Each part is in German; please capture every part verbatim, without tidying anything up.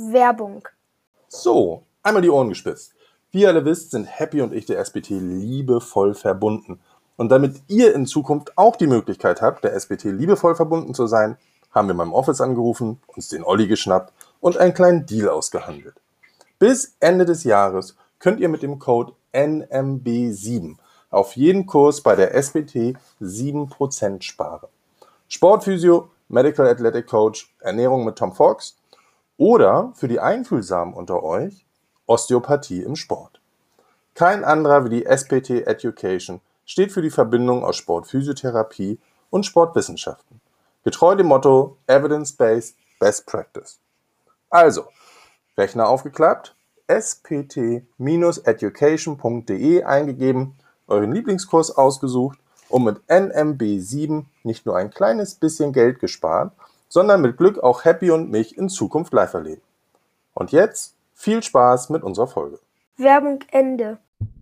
Werbung. So, einmal die Ohren gespitzt. Wie ihr alle wisst, sind Happy und ich, der S B T, liebevoll verbunden. Und damit ihr in Zukunft auch die Möglichkeit habt, der S B T liebevoll verbunden zu sein, haben wir beim Office angerufen, uns den Olli geschnappt und einen kleinen Deal ausgehandelt. Bis Ende des Jahres könnt ihr mit dem Code N M B sieben auf jeden Kurs bei der S B T sieben Prozent sparen. Sportphysio, Medical Athletic Coach, Ernährung mit Tom Fox oder für die Einfühlsamen unter euch Osteopathie im Sport. Kein anderer wie die S P T Education steht für die Verbindung aus Sportphysiotherapie und Sportwissenschaften. Getreu dem Motto Evidence-Based Best Practice. Also, Rechner aufgeklappt, s p t education punkt d e eingegeben, euren Lieblingskurs ausgesucht und mit N M B sieben nicht nur ein kleines bisschen Geld gespart, sondern mit Glück auch Happy und mich in Zukunft live erleben. Und jetzt viel Spaß mit unserer Folge. Werbung Ende.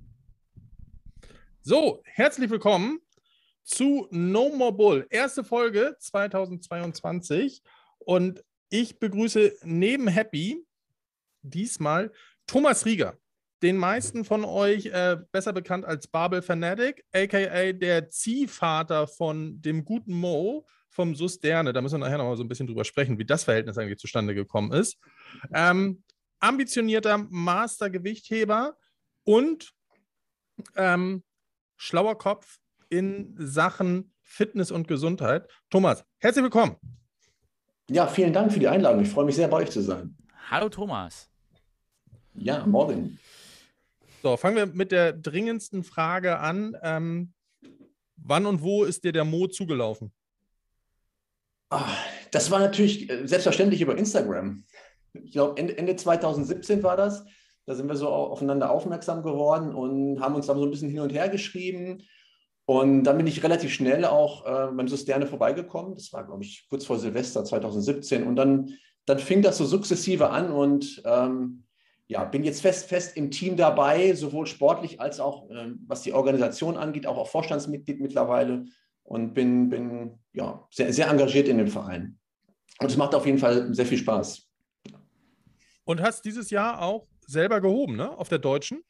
So, herzlich willkommen zu No More Bull. Erste Folge zweitausendzweiundzwanzig und ich begrüße neben Happy diesmal Thomas Rieger. Den meisten von euch äh, besser bekannt als Babel Fanatic, aka der Ziehvater von dem guten Mo vom Susterne. Da müssen wir nachher noch mal so ein bisschen drüber sprechen, wie das Verhältnis eigentlich zustande gekommen ist. Ähm, ambitionierter Master-Gewichtheber und ähm, schlauer Kopf in Sachen Fitness und Gesundheit. Thomas, herzlich willkommen. Ja, vielen Dank für die Einladung. Ich freue mich sehr, bei euch zu sein. Hallo Thomas. Ja, morgen. So, fangen wir mit der dringendsten Frage an. Ähm, wann und wo ist dir der Mo zugelaufen? Ach, das war natürlich selbstverständlich über Instagram. Ich glaube, Ende, Ende zweitausendsiebzehn war das. Da sind wir so aufeinander aufmerksam geworden und haben uns dann so ein bisschen hin und her geschrieben. Und dann bin ich relativ schnell auch äh, beim Susterne vorbeigekommen. Das war, glaube ich, kurz vor Silvester zweitausendsiebzehn. Und dann, dann fing das so sukzessive an und ähm, ja, bin jetzt fest, fest im Team dabei, sowohl sportlich als auch, äh, was die Organisation angeht, auch als Vorstandsmitglied mittlerweile und bin, bin ja, sehr, sehr engagiert in dem Verein. Und es macht auf jeden Fall sehr viel Spaß. Und hast dieses Jahr auch selber gehoben, ne? Auf der Deutschen?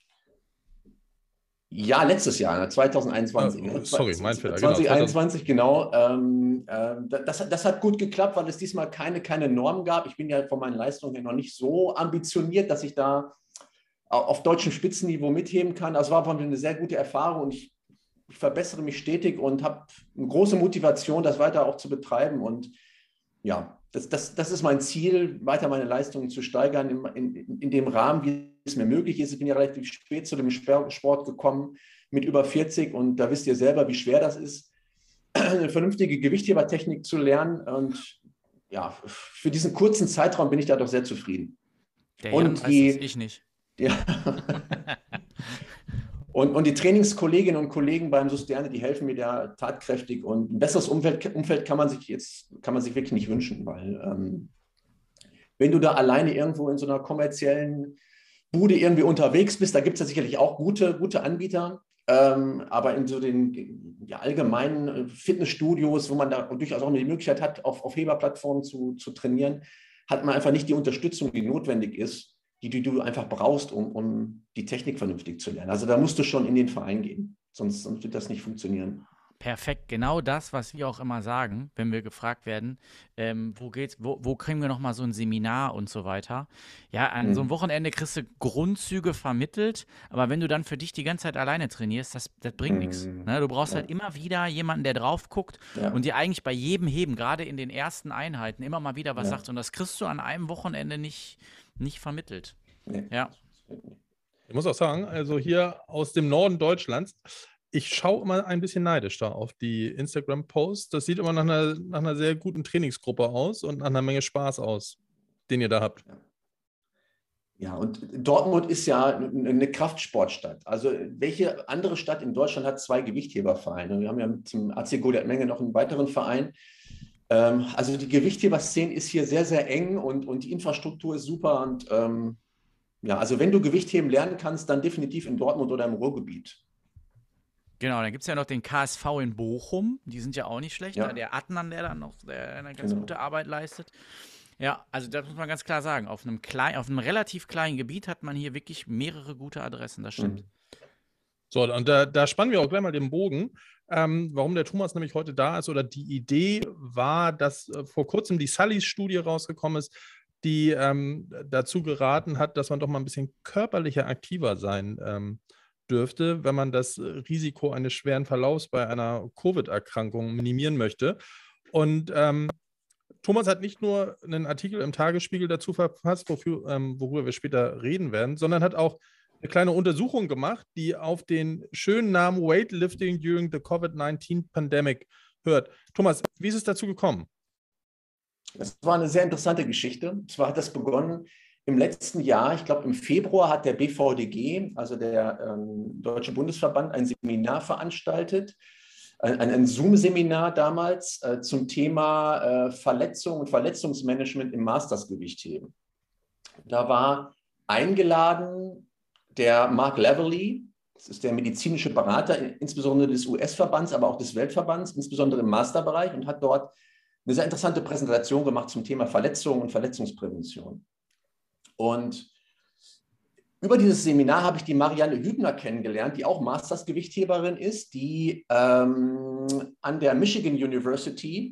Ja, letztes Jahr, zweitausendeinundzwanzig. Oh, sorry, mein Fehler. zwanzig einundzwanzig, genau. Ähm, äh, das, das hat gut geklappt, weil es diesmal keine, keine Norm gab. Ich bin ja von meinen Leistungen her noch nicht so ambitioniert, dass ich da auf deutschem Spitzenniveau mitheben kann. Das war von mir eine sehr gute Erfahrung und ich, ich verbessere mich stetig und habe eine große Motivation, das weiter auch zu betreiben. Und ja, das, das, das ist mein Ziel, weiter meine Leistungen zu steigern in, in, in dem Rahmen, wie es mir möglich ist. Ich bin ja relativ spät zu dem Sport gekommen, mit über vierzig und da wisst ihr selber, wie schwer das ist, eine vernünftige Gewichthebertechnik zu lernen und ja, für diesen kurzen Zeitraum bin ich da doch sehr zufrieden. Der und Jan weiß die, das, ich nicht. Ja. und, und die Trainingskolleginnen und Kollegen beim Susterne, die helfen mir da tatkräftig und ein besseres Umfeld, Umfeld kann man sich jetzt kann man sich wirklich nicht wünschen, weil ähm, wenn du da alleine irgendwo in so einer kommerziellen Bude irgendwie unterwegs bist, da gibt es ja sicherlich auch gute, gute Anbieter, ähm, aber in so den ja, allgemeinen Fitnessstudios, wo man da durchaus auch die Möglichkeit hat, auf, auf Heberplattformen zu, zu trainieren, hat man einfach nicht die Unterstützung, die notwendig ist, die, die du einfach brauchst, um, um die Technik vernünftig zu lernen. Also da musst du schon in den Verein gehen, sonst, sonst wird das nicht funktionieren. Perfekt, genau das, was wir auch immer sagen, wenn wir gefragt werden, ähm, wo geht's, wo, wo kriegen wir nochmal so ein Seminar und so weiter. Ja, an mhm. so einem Wochenende kriegst du Grundzüge vermittelt, aber wenn du dann für dich die ganze Zeit alleine trainierst, das, das bringt mhm. nichts. Ne? Du brauchst ja. halt immer wieder jemanden, der drauf guckt ja. und dir eigentlich bei jedem Heben, gerade in den ersten Einheiten, immer mal wieder was ja. sagt und das kriegst du an einem Wochenende nicht, nicht vermittelt. Nee. Ja. Ich muss auch sagen, also hier aus dem Norden Deutschlands, ich schaue immer ein bisschen neidisch da auf die Instagram-Posts. Das sieht immer nach einer, nach einer sehr guten Trainingsgruppe aus und nach einer Menge Spaß aus, den ihr da habt. Ja, und Dortmund ist ja eine Kraftsportstadt. Also welche andere Stadt in Deutschland hat zwei Gewichthebervereine? Wir haben ja mit dem A C Goliath Menge noch einen weiteren Verein. Also die Gewichtheber-Szene ist hier sehr, sehr eng und, und die Infrastruktur ist super. Und ähm, ja, also wenn du Gewichtheben lernen kannst, dann definitiv in Dortmund oder im Ruhrgebiet. Genau, dann gibt es ja noch den K S V in Bochum, die sind ja auch nicht schlecht. Ja. Da der Adnan, der dann noch der eine ganz genau. gute Arbeit leistet. Ja, also das muss man ganz klar sagen. Auf einem, klein, auf einem relativ kleinen Gebiet hat man hier wirklich mehrere gute Adressen, das stimmt. Mhm. So, und da, da spannen wir auch gleich mal den Bogen, ähm, warum der Thomas nämlich heute da ist. Oder die Idee war, dass äh, vor kurzem die Sullys-Studie rausgekommen ist, die ähm, dazu geraten hat, dass man doch mal ein bisschen körperlicher aktiver sein ähm, dürfte, wenn man das Risiko eines schweren Verlaufs bei einer Covid-Erkrankung minimieren möchte. Und ähm, Thomas hat nicht nur einen Artikel im Tagesspiegel dazu verfasst, wofür, ähm, worüber wir später reden werden, sondern hat auch eine kleine Untersuchung gemacht, die auf den schönen Namen Weightlifting during the Covid nineteen Pandemic hört. Thomas, wie ist es dazu gekommen? Das war eine sehr interessante Geschichte. Und zwar hat das begonnen im letzten Jahr. Ich glaube, im Februar hat der B V D G, also der ähm, Deutsche Bundesverband, ein Seminar veranstaltet, ein, ein Zoom-Seminar damals äh, zum Thema äh, Verletzung und Verletzungsmanagement im Mastersgewichtheben. Da war eingeladen der Mark Laverly, das ist der medizinische Berater, insbesondere des U S-Verbands, aber auch des Weltverbands, insbesondere im Masterbereich, und hat dort eine sehr interessante Präsentation gemacht zum Thema Verletzungen und Verletzungsprävention. Und über dieses Seminar habe ich die Marianne Hübner kennengelernt, die auch Masters-Gewichtheberin ist, die ähm, an der Michigan University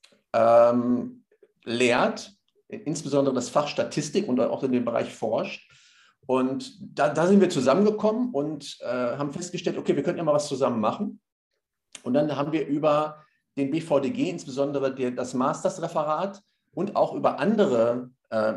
ähm, lehrt, insbesondere das Fach Statistik und auch in dem Bereich forscht. Und da, da sind wir zusammengekommen und äh, haben festgestellt, okay, wir könnten ja mal was zusammen machen. Und dann haben wir über den B V D G, insbesondere die, das Masters-Referat und auch über andere äh,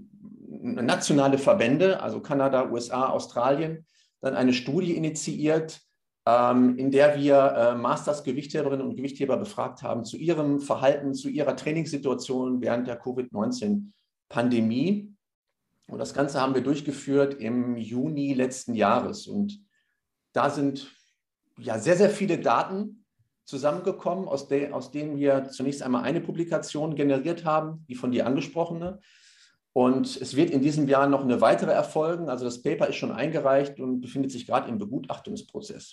nationale Verbände, also Kanada, U S A, Australien, dann eine Studie initiiert, ähm, in der wir äh, Masters-Gewichtheberinnen und Gewichtheber befragt haben zu ihrem Verhalten, zu ihrer Trainingssituation während der Covid neunzehn Pandemie. Und das Ganze haben wir durchgeführt im Juni letzten Jahres. Und da sind ja sehr, sehr viele Daten zusammengekommen, aus, de, aus denen wir zunächst einmal eine Publikation generiert haben, die von dir angesprochene. Und es wird in diesem Jahr noch eine weitere erfolgen. Also das Paper ist schon eingereicht und befindet sich gerade im Begutachtungsprozess.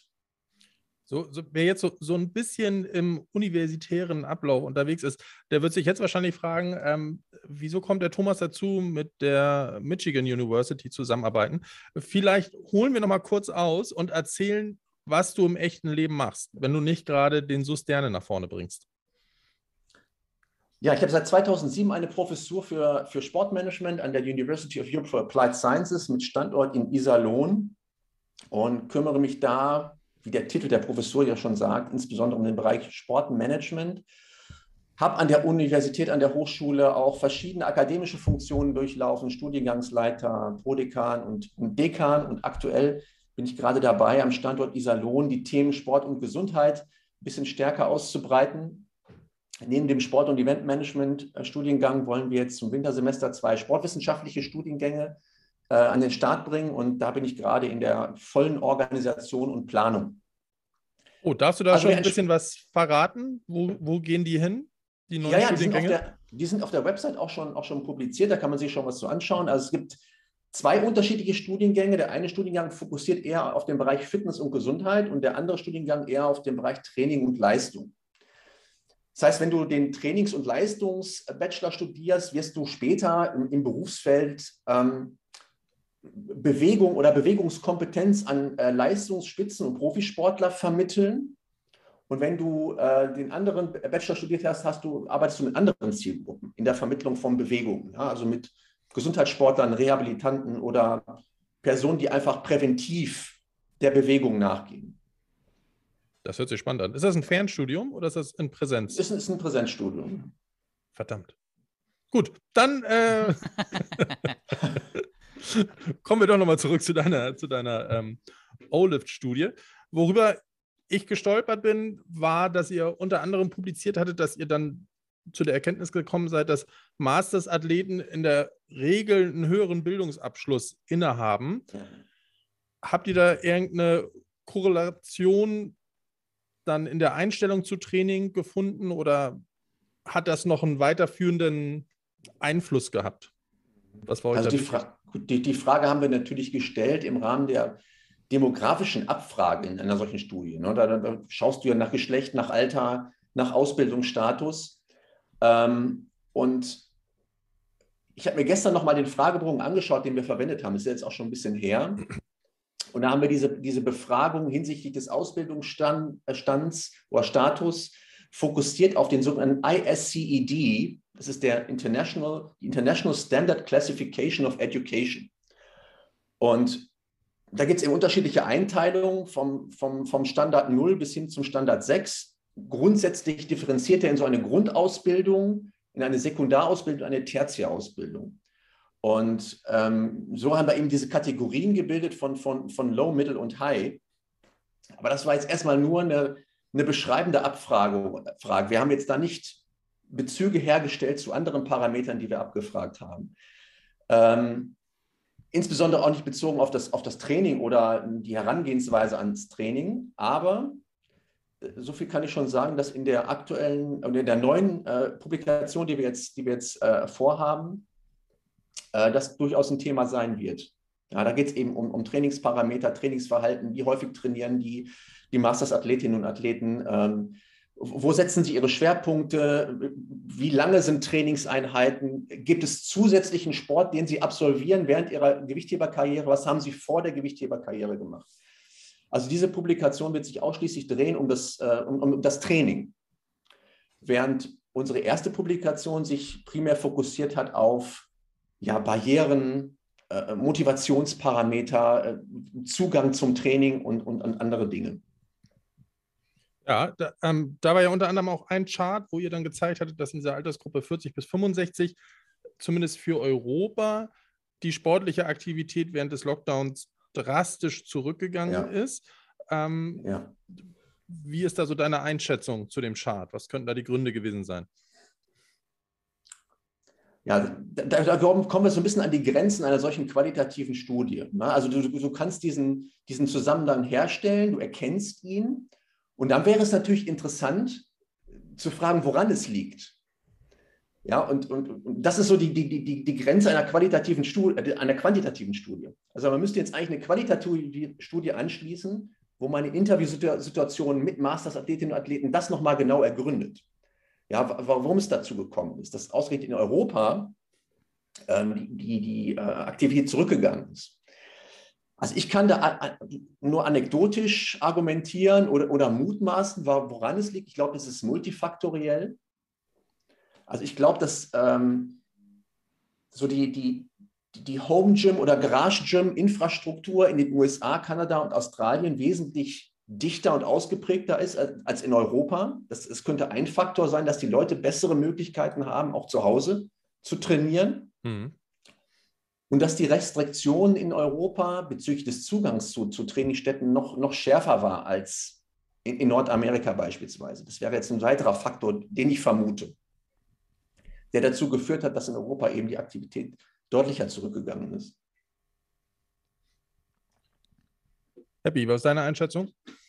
So, so, wer jetzt so, so ein bisschen im universitären Ablauf unterwegs ist, der wird sich jetzt wahrscheinlich fragen, ähm, wieso kommt der Thomas dazu, mit der Michigan University zusammenarbeiten? Vielleicht holen wir noch mal kurz aus und erzählen, was du im echten Leben machst, wenn du nicht gerade den S U S Sterne nach vorne bringst. Ja, ich habe seit zweitausendsieben eine Professur für, für Sportmanagement an der University of Europe for Applied Sciences mit Standort in Iserlohn und kümmere mich da, wie der Titel der Professur ja schon sagt, insbesondere um den Bereich Sportmanagement. Habe an der Universität, an der Hochschule auch verschiedene akademische Funktionen durchlaufen, Studiengangsleiter, Prodekan und, und Dekan. Und aktuell bin ich gerade dabei, am Standort Iserlohn die Themen Sport und Gesundheit ein bisschen stärker auszubreiten. Neben dem Sport- und Eventmanagement-Studiengang wollen wir jetzt zum Wintersemester zwei sportwissenschaftliche Studiengänge äh, an den Start bringen. Und da bin ich gerade in der vollen Organisation und Planung. Oh, darfst du da Also schon ein bisschen was verraten? Wo, wo gehen die hin, die neuen ja, ja, die sind, Studiengänge? auf der, die sind auf der Website auch schon, auch schon publiziert. Da kann man sich schon was zu anschauen. Also es gibt zwei unterschiedliche Studiengänge. Der eine Studiengang fokussiert eher auf den Bereich Fitness und Gesundheit und der andere Studiengang eher auf den Bereich Training und Leistung. Das heißt, wenn du den Trainings- und Leistungs-Bachelor studierst, wirst du später im, im Berufsfeld ähm, Bewegung oder Bewegungskompetenz an äh, Leistungsspitzen- und Profisportler vermitteln. Und wenn du äh, den anderen Bachelor studiert hast, hast du, arbeitest du mit anderen Zielgruppen in der Vermittlung von Bewegung. Ja? Also mit Gesundheitssportlern, Rehabilitanten oder Personen, die einfach präventiv der Bewegung nachgehen. Das hört sich spannend an. Ist das ein Fernstudium oder ist das in Präsenz? Das ist ein Präsenzstudium. Verdammt. Gut, dann äh, kommen wir doch nochmal zurück zu deiner, zu deiner ähm, O-Lift-Studie. Worüber ich gestolpert bin, war, dass ihr unter anderem publiziert hattet, dass ihr dann zu der Erkenntnis gekommen seid, dass Masters-Athleten in der Regel einen höheren Bildungsabschluss innehaben. Habt ihr da irgendeine Korrelation dann in der Einstellung zu Training gefunden oder hat das noch einen weiterführenden Einfluss gehabt? Was war euch also da die, Fra die, die Frage haben wir natürlich gestellt im Rahmen der demografischen Abfrage in einer solchen Studie. Ne? Da, da schaust du ja nach Geschlecht, nach Alter, nach Ausbildungsstatus. Ähm, und ich habe mir gestern noch mal den Fragebogen angeschaut, den wir verwendet haben. Das ist jetzt auch schon ein bisschen her. Und da haben wir diese, diese Befragung hinsichtlich des Ausbildungsstands oder Status fokussiert auf den sogenannten I S C E D. Das ist der International, International Standard Classification of Education. Und da gibt es eben unterschiedliche Einteilungen vom, vom, vom Standard null bis hin zum Standard sechs. Grundsätzlich differenziert er in so eine Grundausbildung, in eine Sekundarausbildung, eine Tertiärausbildung. Und ähm, so haben wir eben diese Kategorien gebildet von, von, von Low, Middle und High. Aber das war jetzt erstmal nur eine, eine beschreibende Abfrage. Wir haben jetzt da nicht Bezüge hergestellt zu anderen Parametern, die wir abgefragt haben. Ähm, insbesondere auch nicht bezogen auf das, auf das Training oder die Herangehensweise ans Training. Aber so viel kann ich schon sagen, dass in der aktuellen und in der neuen äh, Publikation, die wir jetzt, die wir jetzt äh, vorhaben, äh, das durchaus ein Thema sein wird. Ja, da geht es eben um, um Trainingsparameter, Trainingsverhalten, wie häufig trainieren die, die Masters-Athletinnen und Athleten, ähm, wo setzen sie ihre Schwerpunkte, wie lange sind Trainingseinheiten, gibt es zusätzlichen Sport, den sie absolvieren während ihrer Gewichtheberkarriere, was haben sie vor der Gewichtheberkarriere gemacht? Also diese Publikation wird sich ausschließlich drehen um das, äh, um, um das Training, während unsere erste Publikation sich primär fokussiert hat auf ja, Barrieren, äh, Motivationsparameter, äh, Zugang zum Training und, und, und andere Dinge. Ja, da, ähm, da war ja unter anderem auch ein Chart, wo ihr dann gezeigt hattet, dass in dieser Altersgruppe vierzig bis fünfundsechzig zumindest für Europa die sportliche Aktivität während des Lockdowns drastisch zurückgegangen Ja. ist. Ähm, Ja. Wie ist da so deine Einschätzung zu dem Chart? Was könnten da die Gründe gewesen sein? Ja, da, da kommen wir so ein bisschen an die Grenzen einer solchen qualitativen Studie. Ne? Also du, du kannst diesen, diesen Zusammenhang herstellen, du erkennst ihn und dann wäre es natürlich interessant zu fragen, woran es liegt. Ja, und, und, und das ist so die, die, die, die Grenze einer qualitativen Studie, einer quantitativen Studie. Also man müsste jetzt eigentlich eine qualitative Studie anschließen, wo man in Interviewsituationen mit Masters-Athletinnen und Athleten das nochmal genau ergründet. Ja, warum es dazu gekommen ist, dass ausgerechnet in Europa ähm, die, die, die äh, Aktivität zurückgegangen ist. Also ich kann da nur anekdotisch argumentieren oder, oder mutmaßen, woran es liegt. Ich glaube, es ist multifaktoriell. Also ich glaube, dass ähm, so die, die, die Home Gym oder Garage Gym Infrastruktur in den U S A, Kanada und Australien wesentlich dichter und ausgeprägter ist als in Europa. Das, es könnte ein Faktor sein, dass die Leute bessere Möglichkeiten haben, auch zu Hause zu trainieren. Mhm. Und dass die Restriktion in Europa bezüglich des Zugangs zu, zu Trainingsstätten noch, noch schärfer war als in, in Nordamerika beispielsweise. Das wäre jetzt ein weiterer Faktor, den ich vermute, der dazu geführt hat, dass in Europa eben die Aktivität deutlicher zurückgegangen ist. Happy, was ist deine Einschätzung?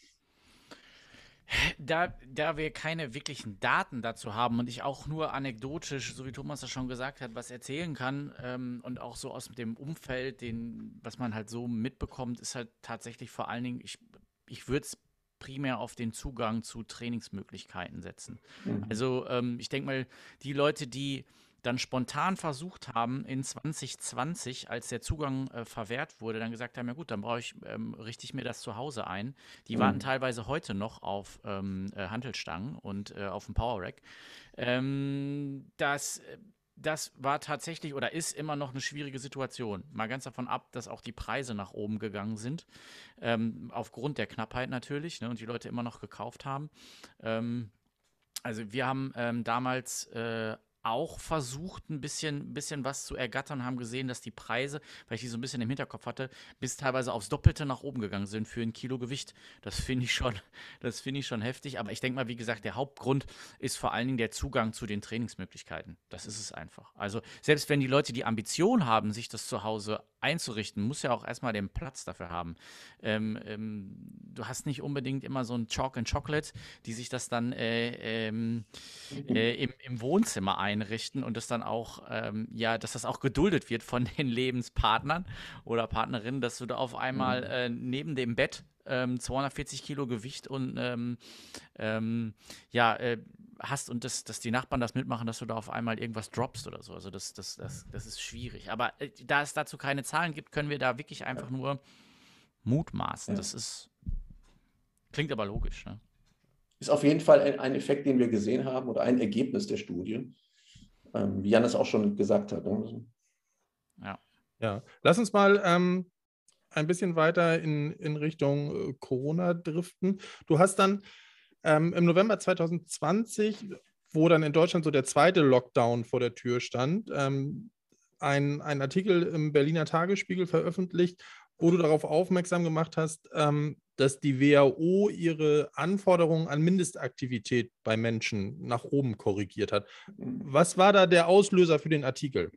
Da, da wir keine wirklichen Daten dazu haben und ich auch nur anekdotisch, so wie Thomas das schon gesagt hat, was erzählen kann ähm, und auch so aus dem Umfeld, den, was man halt so mitbekommt, ist halt tatsächlich vor allen Dingen, ich, ich würde es primär auf den Zugang zu Trainingsmöglichkeiten setzen. Mhm. Also ähm, ich denke mal, die Leute, die dann spontan versucht haben, in zwanzig zwanzig, als der Zugang äh, verwehrt wurde, dann gesagt haben, ja gut, dann brauche ich, ähm, richte ich mir das zu Hause ein. Die mhm. warten teilweise heute noch auf ähm, äh, Hantelstangen und äh, auf dem Power Rack. Ähm, das, das war tatsächlich oder ist immer noch eine schwierige Situation. Mal ganz davon ab, dass auch die Preise nach oben gegangen sind, ähm, aufgrund der Knappheit natürlich, ne, und die Leute immer noch gekauft haben. Ähm, also wir haben ähm, damals äh, auch versucht, ein bisschen, bisschen was zu ergattern, haben gesehen, dass die Preise, weil ich die so ein bisschen im Hinterkopf hatte, bis teilweise aufs Doppelte nach oben gegangen sind für ein Kilo Gewicht. Das finde ich schon, das finde ich schon heftig. Aber ich denke mal, wie gesagt, der Hauptgrund ist vor allen Dingen der Zugang zu den Trainingsmöglichkeiten. Das ist es einfach. Also selbst wenn die Leute die Ambition haben, sich das zu Hause einzurichten, muss ja auch erstmal den Platz dafür haben. Ähm, ähm, du hast nicht unbedingt immer so ein Chalk and Chocolate, die sich das dann äh, ähm, äh, im, im Wohnzimmer einrichten und das dann auch, ähm, ja, dass das auch geduldet wird von den Lebenspartnern oder Partnerinnen, dass du da auf einmal äh, neben dem Bett ähm, zweihundertvierzig Kilo Gewicht und ähm, ähm, ja, äh, hast und das, dass die Nachbarn das mitmachen, dass du da auf einmal irgendwas droppst oder so. Also das, das, das, das ist schwierig. Aber äh, da es dazu keine Zahlen gibt, können wir da wirklich einfach ja. nur mutmaßen. Ja. Das ist, klingt aber logisch. Ne? Ist auf jeden Fall ein, ein Effekt, den wir gesehen haben oder ein Ergebnis der Studie, ähm, wie Jan das auch schon gesagt hat. Ne? Ja. Ja, lass uns mal ähm, ein bisschen weiter in, in Richtung äh, Corona driften. Du hast dann ähm, im November zwanzig zwanzig, wo dann in Deutschland so der zweite Lockdown vor der Tür stand, ähm, ein, ein Artikel im Berliner Tagesspiegel veröffentlicht, wo du darauf aufmerksam gemacht hast, ähm, dass die W H O ihre Anforderungen an Mindestaktivität bei Menschen nach oben korrigiert hat. Was war da der Auslöser für den Artikel?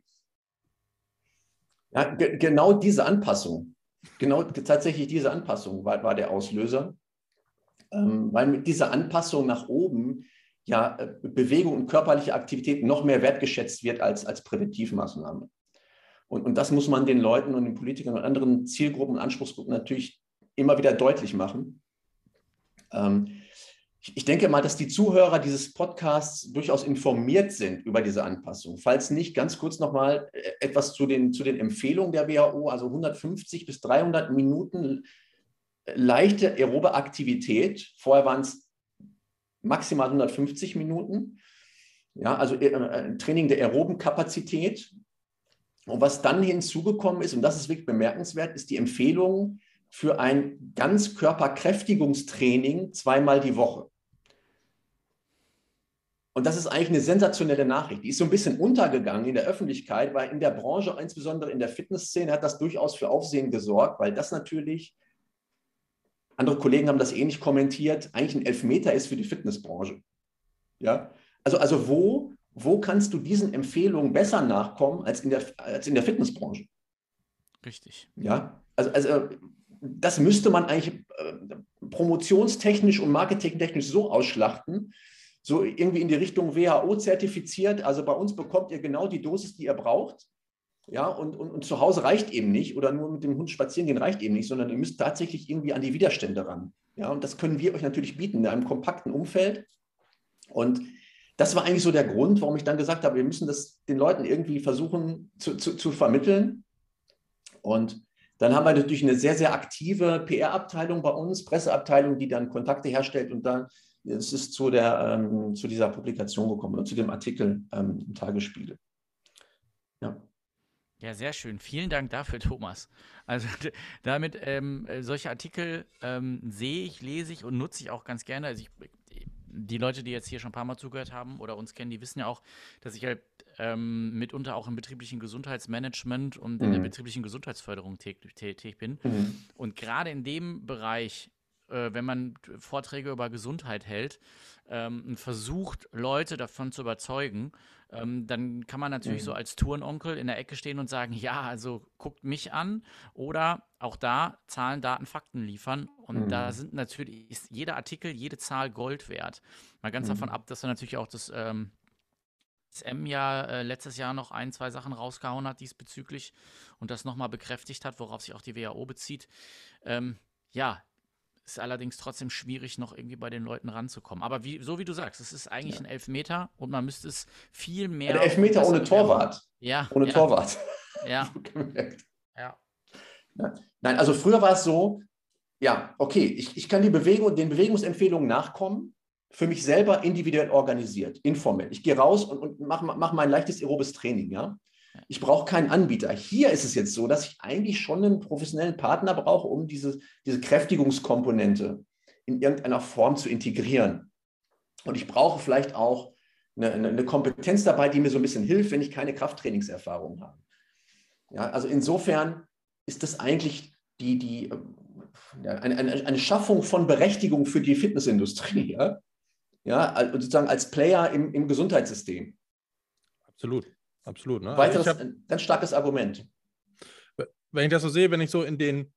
Ja, ge- genau diese Anpassung, genau tatsächlich diese Anpassung war, war der Auslöser, ähm, weil mit dieser Anpassung nach oben ja äh, Bewegung und körperliche Aktivität noch mehr wertgeschätzt wird als, als Präventivmaßnahme. Und, und das muss man den Leuten und den Politikern und anderen Zielgruppen und Anspruchsgruppen natürlich immer wieder deutlich machen. Ähm, ich, ich denke mal, dass die Zuhörer dieses Podcasts durchaus informiert sind über diese Anpassung. Falls nicht, ganz kurz nochmal etwas zu den, zu den Empfehlungen der W H O, also hundertfünfzig bis dreihundert Minuten leichte aerobe Aktivität. Vorher waren es maximal hundertfünfzig Minuten. Ja, also ein Training der aeroben Kapazität. Und was dann hinzugekommen ist, und das ist wirklich bemerkenswert, ist die Empfehlung für ein Ganzkörperkräftigungstraining zweimal die Woche. Und das ist eigentlich eine sensationelle Nachricht. Die ist so ein bisschen untergegangen in der Öffentlichkeit, weil in der Branche, insbesondere in der Fitnessszene, hat das durchaus für Aufsehen gesorgt, weil das natürlich, andere Kollegen haben das ähnlich kommentiert, eigentlich ein Elfmeter ist für die Fitnessbranche. Ja? Also, also wo, wo kannst du diesen Empfehlungen besser nachkommen als in der, als in der Fitnessbranche? Richtig. Ja, also, also das müsste man eigentlich äh, promotionstechnisch und marketingtechnisch so ausschlachten, so irgendwie in die Richtung W H O zertifiziert. Also bei uns bekommt ihr genau die Dosis, die ihr braucht. Ja, und, und, und zu Hause reicht eben nicht oder nur mit dem Hund spazieren gehen reicht eben nicht, sondern ihr müsst tatsächlich irgendwie an die Widerstände ran. Ja, und das können wir euch natürlich bieten in einem kompakten Umfeld. Und das war eigentlich so der Grund, warum ich dann gesagt habe, wir müssen das den Leuten irgendwie versuchen zu, zu, zu vermitteln. Und dann haben wir natürlich eine sehr, sehr aktive P R-Abteilung bei uns, Presseabteilung, die dann Kontakte herstellt. Und dann ist es zu, der, ähm, zu dieser Publikation gekommen oder zu dem Artikel ähm, im Tagesspiegel. Ja. Ja, sehr schön. Vielen Dank dafür, Thomas. Also damit ähm, solche Artikel ähm, sehe ich, lese ich und nutze ich auch ganz gerne. Also ich, die Leute, die jetzt hier schon ein paar Mal zugehört haben oder uns kennen, die wissen ja auch, dass ich halt ähm, mitunter auch im betrieblichen Gesundheitsmanagement und in Mhm. der betrieblichen Gesundheitsförderung tätig, tätig bin. Mhm. Und gerade in dem Bereich, äh, wenn man Vorträge über Gesundheit hält ähm, und versucht, Leute davon zu überzeugen, ähm, dann kann man natürlich Mhm. so als Tourenonkel in der Ecke stehen und sagen, ja, also guckt mich an oder auch da Zahlen, Daten, Fakten liefern. Und Mhm. da sind natürlich, ist jeder Artikel, jede Zahl Gold wert. Mal ganz Mhm. davon ab, dass er natürlich auch das ähm, das M ja äh, letztes Jahr noch ein, zwei Sachen rausgehauen hat diesbezüglich und das nochmal bekräftigt hat, worauf sich auch die W H O bezieht. Ähm, ja, ist allerdings trotzdem schwierig, noch irgendwie bei den Leuten ranzukommen. Aber wie, so wie du sagst, es ist eigentlich Ja. ein Elfmeter und man müsste es viel mehr. Der Elfmeter und ohne besser erklären. Torwart. Ja. Ohne ja, Torwart. Ja. ja. Nein, also früher war es so, ja, okay, ich, ich kann die Bewegung, den Bewegungsempfehlungen nachkommen, für mich selber individuell organisiert, informell. Ich gehe raus und, und mache mach mein leichtes aerobes Training, ja. Ich brauche keinen Anbieter. Hier ist es jetzt so, dass ich eigentlich schon einen professionellen Partner brauche, um diese, diese Kräftigungskomponente in irgendeiner Form zu integrieren. Und ich brauche vielleicht auch eine, eine Kompetenz dabei, die mir so ein bisschen hilft, wenn ich keine Krafttrainingserfahrung habe. Ja, also insofern ist das eigentlich die, die, ja, eine, eine, eine Schaffung von Berechtigung für die Fitnessindustrie, ja, ja, sozusagen als Player im, im Gesundheitssystem. Absolut, absolut. Ne? Weiteres, Also ich hab, ein ganz starkes Argument. Wenn ich das so sehe, wenn ich so in den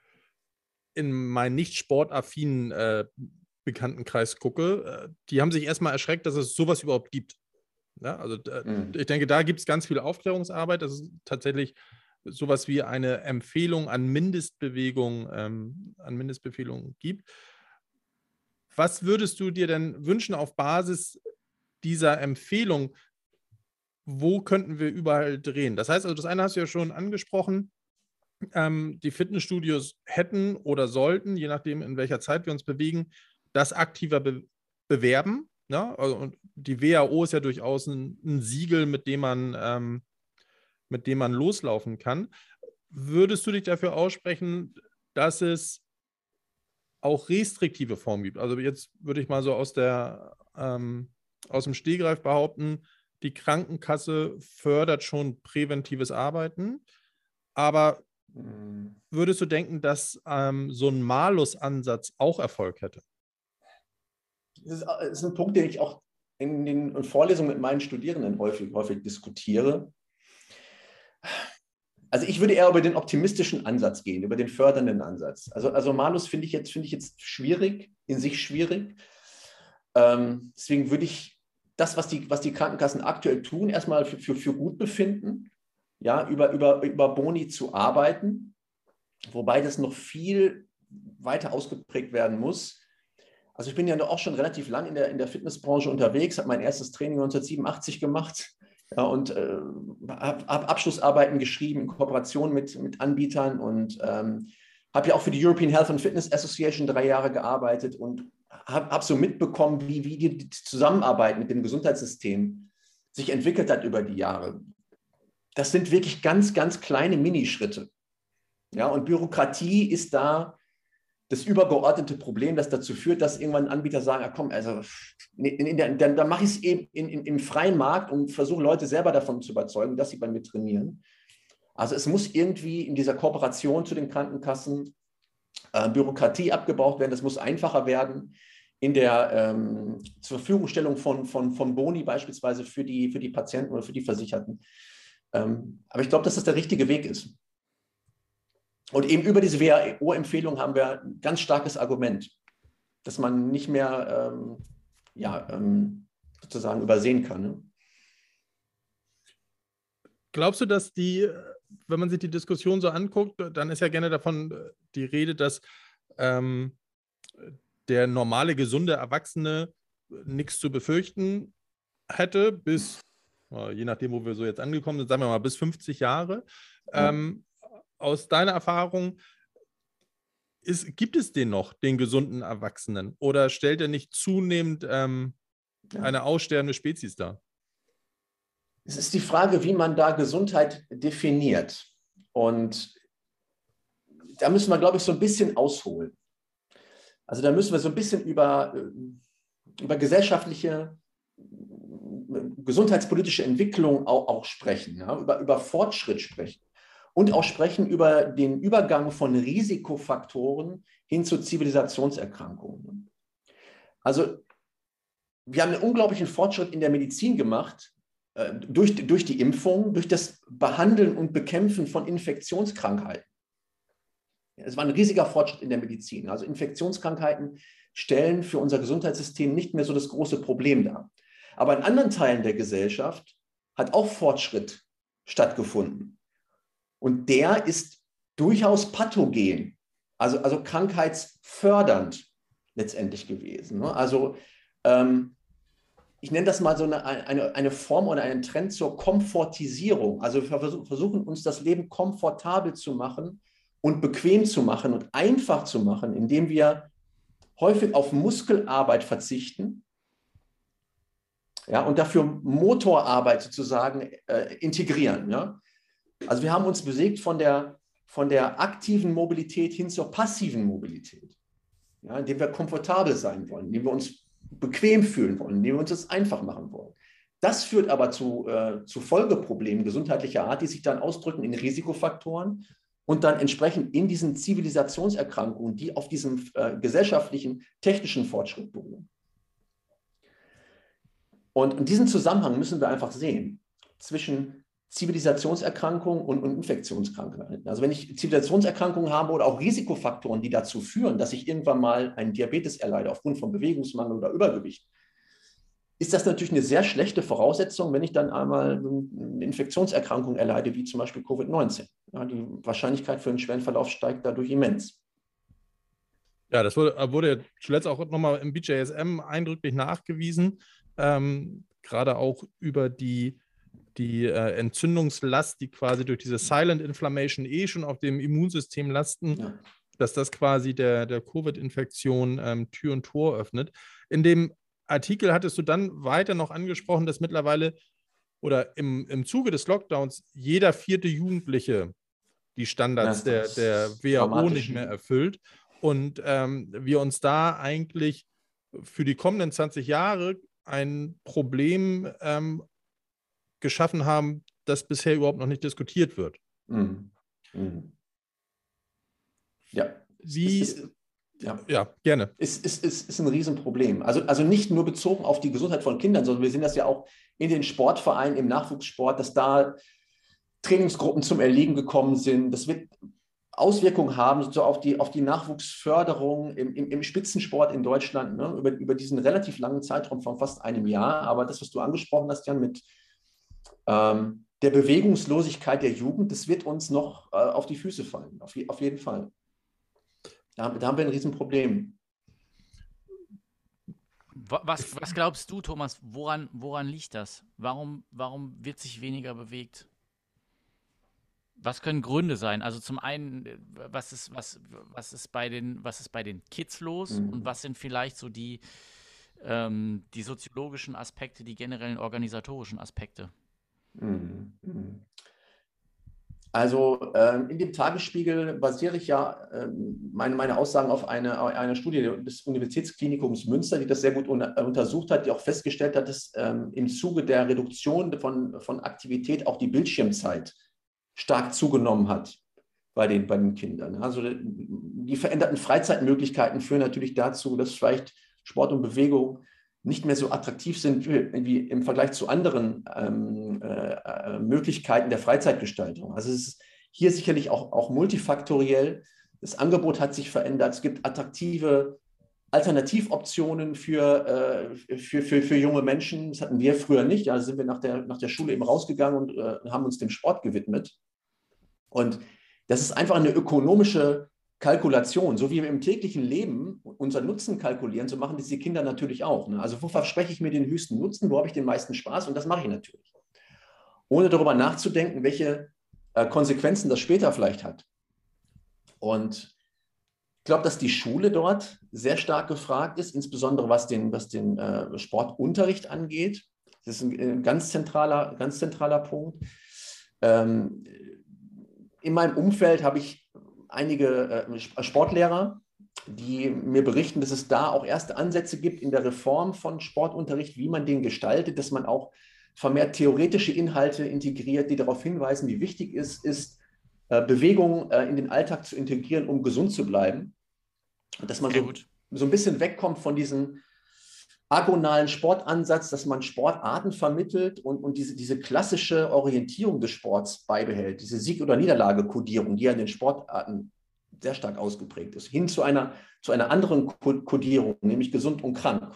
in meinen nicht sportaffinen äh, Bekanntenkreis gucke, äh, die haben sich erstmal erschreckt, dass es sowas überhaupt gibt. Ja, also äh, mhm. ich denke, da gibt es ganz viel Aufklärungsarbeit. Das ist tatsächlich sowas wie eine Empfehlung an Mindestbewegung, ähm, an Mindestbefehlungen gibt. Was würdest du dir denn wünschen auf Basis dieser Empfehlung, wo könnten wir überall drehen? Das heißt, also das eine hast du ja schon angesprochen, ähm, die Fitnessstudios hätten oder sollten, je nachdem, in welcher Zeit wir uns bewegen, das aktiver be bewerben. Ne? Also, und die W H O ist ja durchaus ein, ein Siegel, mit dem man, ähm, mit dem man loslaufen kann. Würdest du dich dafür aussprechen, dass es auch restriktive Formen gibt? Also jetzt würde ich mal so aus, der, ähm, aus dem Stegreif behaupten, die Krankenkasse fördert schon präventives Arbeiten, aber würdest du denken, dass ähm, so ein Malus-Ansatz auch Erfolg hätte? Das ist, das ist ein Punkt, den ich auch in den Vorlesungen mit meinen Studierenden häufig, häufig diskutiere. Also ich würde eher über den optimistischen Ansatz gehen, über den fördernden Ansatz. Also, also Malus finde ich jetzt, finde ich jetzt schwierig, in sich schwierig. Ähm, deswegen würde ich das, was die, was die Krankenkassen aktuell tun, erstmal für, für, für gut befinden, ja, über, über, über Boni zu arbeiten, wobei das noch viel weiter ausgeprägt werden muss. Also ich bin ja auch schon relativ lang in der, in der Fitnessbranche unterwegs, habe mein erstes Training neunzehnhundertsiebenundachtzig gemacht, ja, und äh, habe hab Abschlussarbeiten geschrieben in Kooperation mit, mit Anbietern und ähm, habe ja auch für die European Health and Fitness Association drei Jahre gearbeitet und habe hab so mitbekommen, wie, wie die Zusammenarbeit mit dem Gesundheitssystem sich entwickelt hat über die Jahre. Das sind wirklich ganz, ganz kleine Minischritte. Ja, und Bürokratie ist da das übergeordnete Problem, das dazu führt, dass irgendwann Anbieter sagen, ah, komm, also dann, dann mache ich es eben in, in, im freien Markt und versuche Leute selber davon zu überzeugen, dass sie bei mir trainieren. Also es muss irgendwie in dieser Kooperation zu den Krankenkassen äh, Bürokratie abgebaut werden, das muss einfacher werden in der ähm, zur Verfügungstellung von, von, von Boni beispielsweise für die, für die Patienten oder für die Versicherten. Ähm, aber ich glaube, dass das der richtige Weg ist. Und eben über diese W H O-Empfehlung haben wir ein ganz starkes Argument, das man nicht mehr ähm, ja, ähm, sozusagen übersehen kann. Ne? Glaubst du, dass die, wenn man sich die Diskussion so anguckt, dann ist ja gerne davon die Rede, dass ähm, der normale, gesunde Erwachsene nichts zu befürchten hätte, bis, je nachdem, wo wir so jetzt angekommen sind, sagen wir mal bis fünfzig Jahre. Ja. Ähm, aus deiner Erfahrung, ist, gibt es den noch, den gesunden Erwachsenen? Oder stellt er nicht zunehmend ähm, ja. eine aussterbende Spezies dar? Es ist die Frage, wie man da Gesundheit definiert. Und da müssen wir, glaube ich, so ein bisschen ausholen. Also da müssen wir so ein bisschen über, über gesellschaftliche, gesundheitspolitische Entwicklung auch, auch sprechen, ja? über, über Fortschritt sprechen. Und auch sprechen über den Übergang von Risikofaktoren hin zu Zivilisationserkrankungen. Also wir haben einen unglaublichen Fortschritt in der Medizin gemacht, äh, durch, durch die Impfung, durch das Behandeln und Bekämpfen von Infektionskrankheiten. Es war ein riesiger Fortschritt in der Medizin. Also Infektionskrankheiten stellen für unser Gesundheitssystem nicht mehr so das große Problem dar. Aber in anderen Teilen der Gesellschaft hat auch Fortschritt stattgefunden. Und der ist durchaus pathogen, also, also krankheitsfördernd letztendlich gewesen. Ne? Also ähm, ich nenne das mal so eine, eine, eine Form oder einen Trend zur Komfortisierung. Also wir versuchen uns das Leben komfortabel zu machen und bequem zu machen und einfach zu machen, indem wir häufig auf Muskelarbeit verzichten, ja, und dafür Motorarbeit sozusagen äh, integrieren. Ja? Also wir haben uns bewegt von der, von der aktiven Mobilität hin zur passiven Mobilität, ja, indem wir komfortabel sein wollen, indem wir uns bequem fühlen wollen, indem wir uns das einfach machen wollen. Das führt aber zu, äh, zu Folgeproblemen gesundheitlicher Art, die sich dann ausdrücken in Risikofaktoren und dann entsprechend in diesen Zivilisationserkrankungen, die auf diesem äh, gesellschaftlichen, technischen Fortschritt beruhen. Und in diesem Zusammenhang müssen wir einfach sehen, zwischen Zivilisationserkrankungen und, und Infektionskrankheiten. Also wenn ich Zivilisationserkrankungen habe oder auch Risikofaktoren, die dazu führen, dass ich irgendwann mal einen Diabetes erleide aufgrund von Bewegungsmangel oder Übergewicht, ist das natürlich eine sehr schlechte Voraussetzung, wenn ich dann einmal eine Infektionserkrankung erleide, wie zum Beispiel Covid neunzehn. Ja, die Wahrscheinlichkeit für einen schweren Verlauf steigt dadurch immens. Ja, das wurde, wurde zuletzt auch nochmal im B J S M eindrücklich nachgewiesen, ähm, gerade auch über die, die äh, Entzündungslast, die quasi durch diese Silent Inflammation eh schon auf dem Immunsystem lasten, Ja. dass das quasi der, der Covid-Infektion ähm, Tür und Tor öffnet. In dem Artikel hattest du dann weiter noch angesprochen, dass mittlerweile oder im, im Zuge des Lockdowns jeder vierte Jugendliche die Standards Ja, der, der ist W H O dramatisch. nicht mehr erfüllt und ähm, wir uns da eigentlich für die kommenden zwanzig Jahre ein Problem ähm, geschaffen haben, das bisher überhaupt noch nicht diskutiert wird. Mhm. Mhm. Ja. Wie, es ist, ja. ja, gerne. Ist, ist, ist, ist ein Riesenproblem. Also, also nicht nur bezogen auf die Gesundheit von Kindern, sondern wir sehen das ja auch in den Sportvereinen, im Nachwuchssport, dass da Trainingsgruppen zum Erliegen gekommen sind. Das wird Auswirkungen haben so auf, die, auf die Nachwuchsförderung im, im, im Spitzensport in Deutschland, ne? über, über diesen relativ langen Zeitraum von fast einem Jahr. Aber das, was du angesprochen hast, Jan, mit ähm, der Bewegungslosigkeit der Jugend, das wird uns noch äh, auf die Füße fallen, auf, auf jeden Fall. Da, da haben wir ein Riesenproblem. Was, was glaubst du, Thomas, woran, woran liegt das? Warum, warum wird sich weniger bewegt? Was können Gründe sein? Also zum einen, was ist, was, was ist, bei, den, was ist bei den Kids los Mhm. und was sind vielleicht so die, ähm, die soziologischen Aspekte, die generellen organisatorischen Aspekte? Mhm. Mhm. Also ähm, in dem Tagesspiegel basiere ich ja ähm, meine, meine Aussagen auf eine, eine Studie des Universitätsklinikums Münster, die das sehr gut un untersucht hat, die auch festgestellt hat, dass ähm, im Zuge der Reduktion von, von Aktivität auch die Bildschirmzeit stark zugenommen hat bei den, bei den Kindern. Also die veränderten Freizeitmöglichkeiten führen natürlich dazu, dass vielleicht Sport und Bewegung nicht mehr so attraktiv sind wie im Vergleich zu anderen ähm, äh, Möglichkeiten der Freizeitgestaltung. Also es ist hier sicherlich auch, auch multifaktoriell. Das Angebot hat sich verändert. Es gibt attraktive Alternativoptionen für, äh, für, für, für junge Menschen. Das hatten wir früher nicht. Da sind wir nach der, nach der Schule eben rausgegangen und äh, haben uns dem Sport gewidmet. Und das ist einfach eine ökonomische Kalkulation. So wie wir im täglichen Leben unseren Nutzen kalkulieren, so machen das die Kinder natürlich auch. Ne? Also wo verspreche ich mir den höchsten Nutzen, wo habe ich den meisten Spaß? Und das mache ich natürlich. Ohne darüber nachzudenken, welche äh, Konsequenzen das später vielleicht hat. Und ich glaube, dass die Schule dort sehr stark gefragt ist, insbesondere was den, was den äh, Sportunterricht angeht. Das ist ein, ein ganz zentraler, ganz zentraler Punkt. Ähm, in meinem Umfeld habe ich einige äh, Sportlehrer, die mir berichten, dass es da auch erste Ansätze gibt in der Reform von Sportunterricht, wie man den gestaltet, dass man auch vermehrt theoretische Inhalte integriert, die darauf hinweisen, wie wichtig es ist, äh, Bewegung äh, in den Alltag zu integrieren, um gesund zu bleiben. Und dass man so, so ein bisschen wegkommt von diesem agonalen Sportansatz, dass man Sportarten vermittelt und, und diese, diese klassische Orientierung des Sports beibehält, diese Sieg- oder Niederlage-Kodierung, die ja in den Sportarten sehr stark ausgeprägt ist, hin zu einer, zu einer anderen Kodierung, nämlich gesund und krank.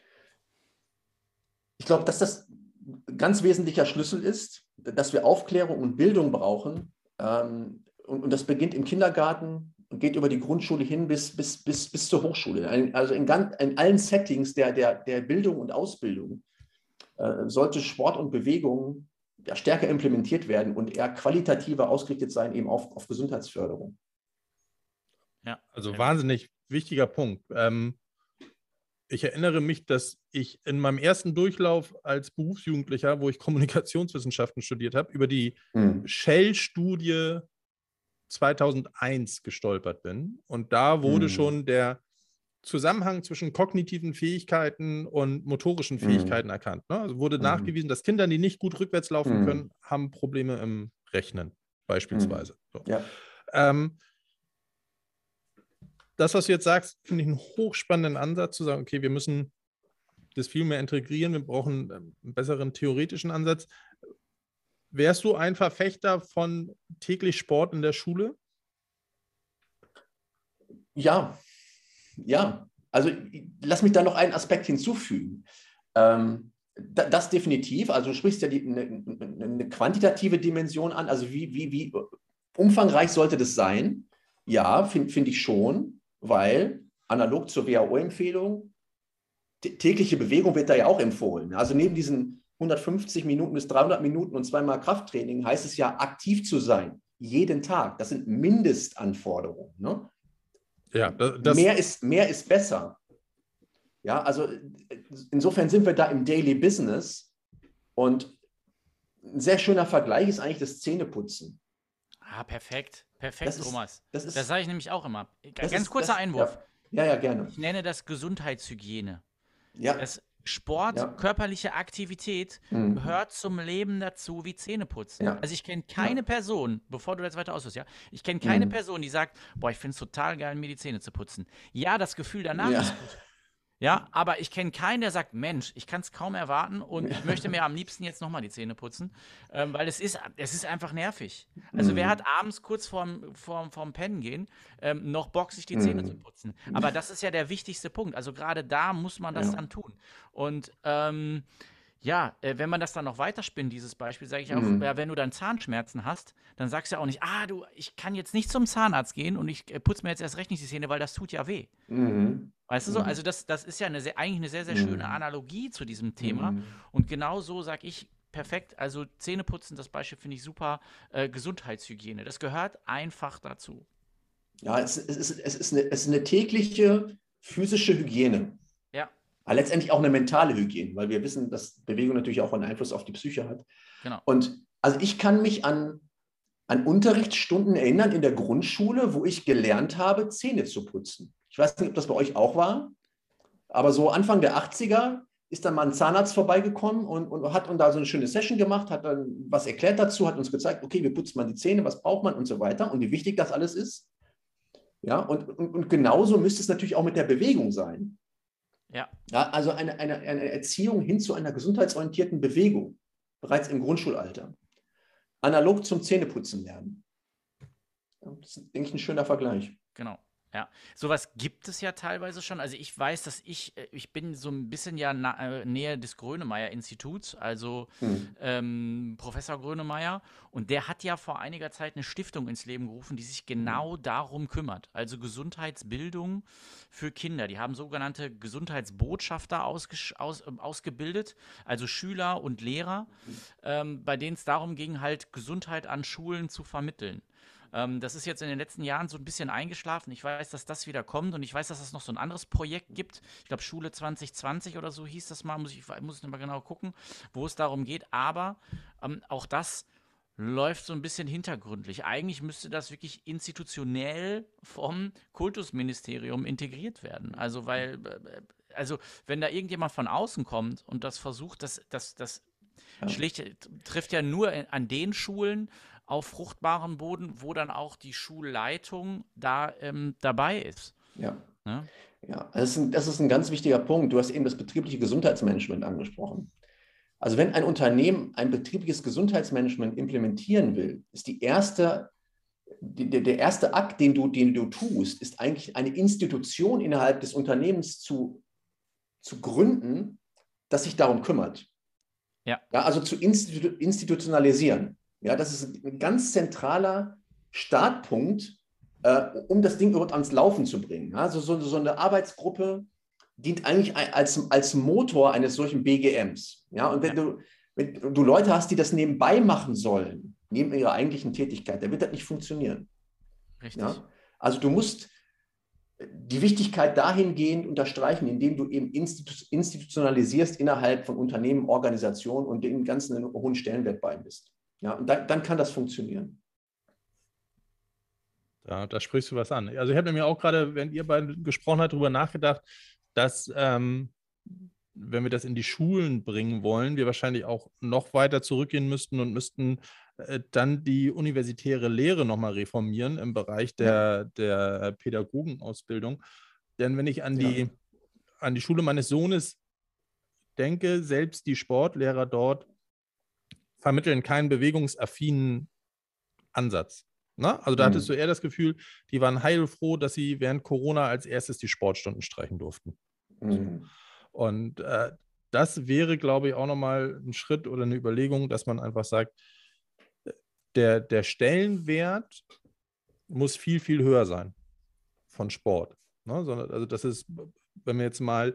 Ich glaube, dass das ein ganz wesentlicher Schlüssel ist, dass wir Aufklärung und Bildung brauchen. Ähm, und, und das beginnt im Kindergarten und geht über die Grundschule hin bis, bis, bis, bis zur Hochschule. Also in, ganz, in allen Settings der, der, der Bildung und Ausbildung äh, sollte Sport und Bewegung ja, stärker implementiert werden und eher qualitativer ausgerichtet sein, eben auf, auf Gesundheitsförderung. Ja, also wahnsinnig wichtiger Punkt. Ähm, ich erinnere mich, dass ich in meinem ersten Durchlauf als Berufsjugendlicher, wo ich Kommunikationswissenschaften studiert habe, über die hm. Shell-Studie zweitausendeins gestolpert bin. Und da wurde hm. schon der Zusammenhang zwischen kognitiven Fähigkeiten und motorischen Fähigkeiten hm. erkannt. Ne? Also wurde hm. nachgewiesen, dass Kinder, die nicht gut rückwärts laufen hm. können, haben Probleme im Rechnen beispielsweise. Hm. So. Ja. Ähm, das, was du jetzt sagst, finde ich einen hochspannenden Ansatz, zu sagen, okay, wir müssen das viel mehr integrieren, wir brauchen einen besseren theoretischen Ansatz. Wärst du ein Verfechter von täglich Sport in der Schule? Ja, ja. Also lass mich da noch einen Aspekt hinzufügen. Ähm, das definitiv, also du sprichst ja die, eine, eine quantitative Dimension an, also wie, wie, wie umfangreich sollte das sein? Ja, finde find ich schon, weil analog zur W H O-Empfehlung tägliche Bewegung wird da ja auch empfohlen. Also neben diesen hundertfünfzig Minuten bis dreihundert Minuten und zweimal Krafttraining heißt es ja, aktiv zu sein, jeden Tag. Das sind Mindestanforderungen. Ne? Ja, das mehr, ist, mehr ist besser. Ja, also insofern sind wir da im Daily Business und ein sehr schöner Vergleich ist eigentlich das Zähneputzen. Ah, perfekt. Perfekt, Das ist- Thomas. das ist- das sage ich nämlich auch immer. Das Ganz ist- kurzer das, Einwurf. Ja. ja, ja, gerne. Ich nenne das Gesundheitshygiene. Ja. Das Sport, Ja. körperliche Aktivität Mhm. gehört zum Leben dazu wie Zähneputzen. Ja. Also ich kenne keine Ja. Person, bevor du jetzt weiter ausführst, ja, ich kenne keine Mhm. Person, die sagt, boah, ich finde es total geil, mir die Zähne zu putzen. Ja, das Gefühl danach Ja. ist gut. Ja, aber ich kenne keinen, der sagt, Mensch, ich kann es kaum erwarten und ich möchte mir am liebsten jetzt nochmal die Zähne putzen, ähm, weil es ist, es ist einfach nervig. Also wer Mhm. hat abends kurz vorm, vorm, vorm Pennen gehen ähm, noch Bock, sich die Zähne Mhm. zu putzen? Aber das ist ja der wichtigste Punkt. Also gerade da muss man das Ja. dann tun. Und ähm, ja, äh, wenn man das dann noch weiterspinnt, dieses Beispiel, sage ich auch, Mhm. ja, wenn du dann Zahnschmerzen hast, dann sagst du ja auch nicht, ah, du, ich kann jetzt nicht zum Zahnarzt gehen und ich äh, putze mir jetzt erst recht nicht die Zähne, weil das tut ja weh. Mhm. Weißt du so? Mhm. Also das, das ist ja eine sehr, eigentlich eine sehr, sehr Mhm. schöne Analogie zu diesem Thema. Mhm. Und genau so sage ich, perfekt, also Zähneputzen, das Beispiel finde ich super, äh, Gesundheitshygiene, das gehört einfach dazu. Ja, es, es, ist, es, ist eine, es ist eine tägliche physische Hygiene. Ja, Aber letztendlich auch eine mentale Hygiene, weil wir wissen, dass Bewegung natürlich auch einen Einfluss auf die Psyche hat. genau. Und also ich kann mich an, an Unterrichtsstunden erinnern in der Grundschule, wo ich gelernt habe, Zähne zu putzen. Ich weiß nicht, ob das bei euch auch war, aber so Anfang der achtziger ist dann mal ein Zahnarzt vorbeigekommen und, und hat uns da so eine schöne Session gemacht, hat dann was erklärt dazu, hat uns gezeigt, okay, wie putzt man die Zähne, was braucht man und so weiter und wie wichtig das alles ist. Ja, und, und, und genauso müsste es natürlich auch mit der Bewegung sein. Ja, Ja, also eine, eine, eine Erziehung hin zu einer gesundheitsorientierten Bewegung, bereits im Grundschulalter. Analog zum Zähneputzen lernen. Ja, das ist, denke ich, ein schöner Vergleich. genau. Ja, sowas gibt es ja teilweise schon. Also ich weiß, dass ich, äh, ich bin so ein bisschen ja na, äh, näher des Grönemeyer-Instituts, also Hm. ähm, Professor Grönemeyer. Und der hat ja vor einiger Zeit eine Stiftung ins Leben gerufen, die sich genau darum kümmert. Also Gesundheitsbildung für Kinder. Die haben sogenannte Gesundheitsbotschafter ausgesch- aus, ähm, ausgebildet, also Schüler und Lehrer, ähm, bei denen es darum ging, halt Gesundheit an Schulen zu vermitteln. Ähm, das ist jetzt in den letzten Jahren so ein bisschen eingeschlafen. Ich weiß, dass das wieder kommt und ich weiß, dass es noch so ein anderes Projekt gibt. Ich glaube, Schule zwanzig zwanzig oder so hieß das mal. Muss ich, muss ich noch mal genau gucken, wo es darum geht. Aber ähm, auch das läuft so ein bisschen hintergründlich. Eigentlich müsste das wirklich institutionell vom Kultusministerium integriert werden. Also, weil, äh, also, wenn da irgendjemand von außen kommt und das versucht, das, das, das Ja. schlicht, trifft ja nur an den Schulen auf fruchtbaren Boden, wo dann auch die Schulleitung da ähm, dabei ist. Ja. Ne? Ja, das ist, ein, das ist ein ganz wichtiger Punkt. Du hast eben das betriebliche Gesundheitsmanagement angesprochen. Also wenn ein Unternehmen ein betriebliches Gesundheitsmanagement implementieren will, ist die erste, die, der, der erste Akt, den du, den du tust, ist eigentlich eine Institution innerhalb des Unternehmens zu, zu gründen, das sich darum kümmert. Ja. Ja, also zu institu institutionalisieren. Ja, das ist ein ganz zentraler Startpunkt, äh, um das Ding überhaupt ans Laufen zu bringen. Also so, so eine Arbeitsgruppe dient eigentlich als, als Motor eines solchen B G Ms. Ja, und wenn, Ja. du, wenn du Leute hast, die das nebenbei machen sollen, neben ihrer eigentlichen Tätigkeit, dann wird das nicht funktionieren. Richtig. Ja? Also du musst die Wichtigkeit dahingehend unterstreichen, indem du eben institu institutionalisierst innerhalb von Unternehmen, Organisationen und dem Ganzen einen hohen Stellenwert beimisst. Ja, und dann, dann kann das funktionieren. Ja, da sprichst du was an. Also ich habe mir auch gerade, wenn ihr beide gesprochen habt, darüber nachgedacht, dass, ähm, wenn wir das in die Schulen bringen wollen, wir wahrscheinlich auch noch weiter zurückgehen müssten und müssten äh, dann die universitäre Lehre nochmal reformieren im Bereich der, der Pädagogenausbildung. Denn wenn ich an die, Ja. an die Schule meines Sohnes denke, selbst die Sportlehrer dort vermitteln keinen bewegungsaffinen Ansatz. Na? Also da Mhm. hattest du eher das Gefühl, die waren heilfroh, dass sie während Corona als erstes die Sportstunden streichen durften. Mhm. Und äh, das wäre, glaube ich, auch nochmal ein Schritt oder eine Überlegung, dass man einfach sagt, der, der Stellenwert muss viel, viel höher sein von Sport. Ne? Sondern, also das ist, wenn wir jetzt mal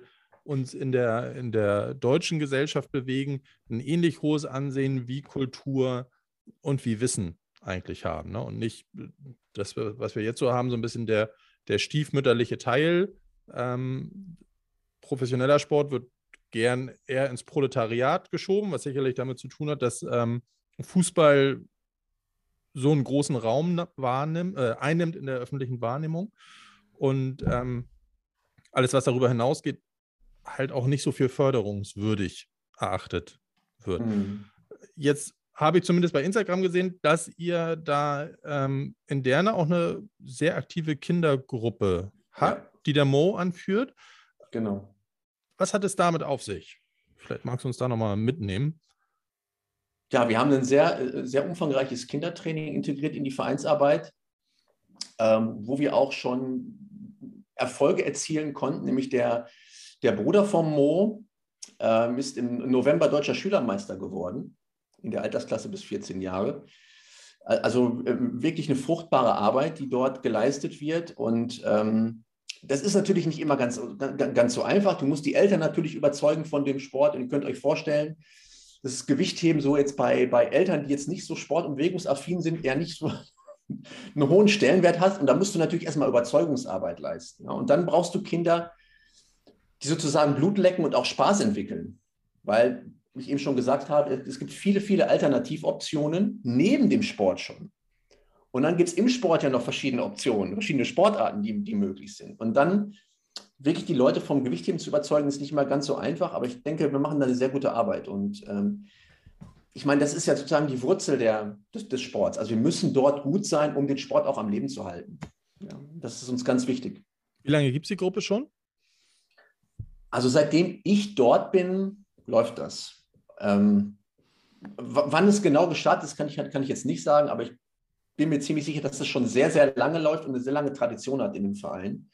uns in der, in der deutschen Gesellschaft bewegen, ein ähnlich hohes Ansehen wie Kultur und wie Wissen eigentlich haben. Ne? Und nicht das, was wir jetzt so haben, so ein bisschen der, der stiefmütterliche Teil. Ähm, professioneller Sport wird gern eher ins Proletariat geschoben, was sicherlich damit zu tun hat, dass ähm, Fußball so einen großen Raum wahrnimmt, äh, einnimmt in der öffentlichen Wahrnehmung und ähm, alles, was darüber hinausgeht, halt auch nicht so für förderungswürdig erachtet wird. Mhm. Jetzt habe ich zumindest bei Instagram gesehen, dass ihr da ähm, in Derne auch eine sehr aktive Kindergruppe habt, Ja. die der Mo anführt. Genau. Was hat es damit auf sich? Vielleicht magst du uns da nochmal mitnehmen. Ja, wir haben ein sehr, sehr umfangreiches Kindertraining integriert in die Vereinsarbeit, ähm, wo wir auch schon Erfolge erzielen konnten, nämlich der, der Bruder von Mo ähm, ist im November deutscher Schülermeister geworden, in der Altersklasse bis vierzehn Jahre. Also ähm, wirklich eine fruchtbare Arbeit, die dort geleistet wird und ähm, das ist natürlich nicht immer ganz, ganz, ganz so einfach. Du musst die Eltern natürlich überzeugen von dem Sport und ihr könnt euch vorstellen, das Gewichtheben so jetzt bei, bei Eltern, die jetzt nicht so sport- und bewegungsaffin sind, eher nicht so einen hohen Stellenwert hat. Und da musst du natürlich erstmal Überzeugungsarbeit leisten. Ja? Und dann brauchst du Kinder, die sozusagen Blut lecken und auch Spaß entwickeln. Weil, wie ich eben schon gesagt habe, es gibt viele, viele Alternativoptionen neben dem Sport schon. Und dann gibt es im Sport ja noch verschiedene Optionen, verschiedene Sportarten, die, die möglich sind. Und dann wirklich die Leute vom Gewichtheben zu überzeugen, ist nicht immer ganz so einfach, aber ich denke, wir machen da eine sehr gute Arbeit. Und ähm, ich meine, das ist ja sozusagen die Wurzel der, des, des Sports. Also wir müssen dort gut sein, um den Sport auch am Leben zu halten. Ja, das ist uns ganz wichtig. Wie lange gibt es die Gruppe schon? Also seitdem ich dort bin, läuft das. Ähm, w- wann es genau gestartet ist, kann ich, kann ich jetzt nicht sagen, aber ich bin mir ziemlich sicher, dass das schon sehr, sehr lange läuft und eine sehr lange Tradition hat in dem Verein.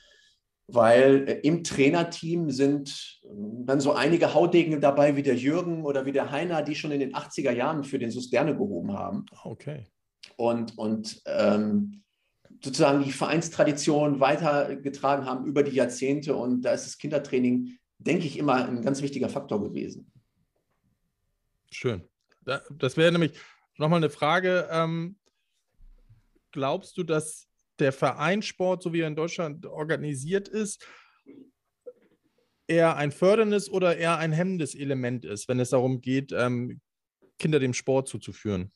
Weil äh, im Trainerteam sind äh, dann so einige Haudegen dabei, wie der Jürgen oder wie der Heiner, die schon in den achtziger Jahren für den S U S Derne gehoben haben. Okay. Und, und ähm, sozusagen die Vereinstradition weitergetragen haben über die Jahrzehnte. Und da ist das Kindertraining, denke ich, immer ein ganz wichtiger Faktor gewesen. Schön. Da, das wäre nämlich nochmal eine Frage. Ähm, glaubst du, dass der Vereinssport, so wie er in Deutschland organisiert ist, eher ein förderndes oder eher ein hemmendes Element ist, wenn es darum geht, ähm, Kinder dem Sport zuzuführen?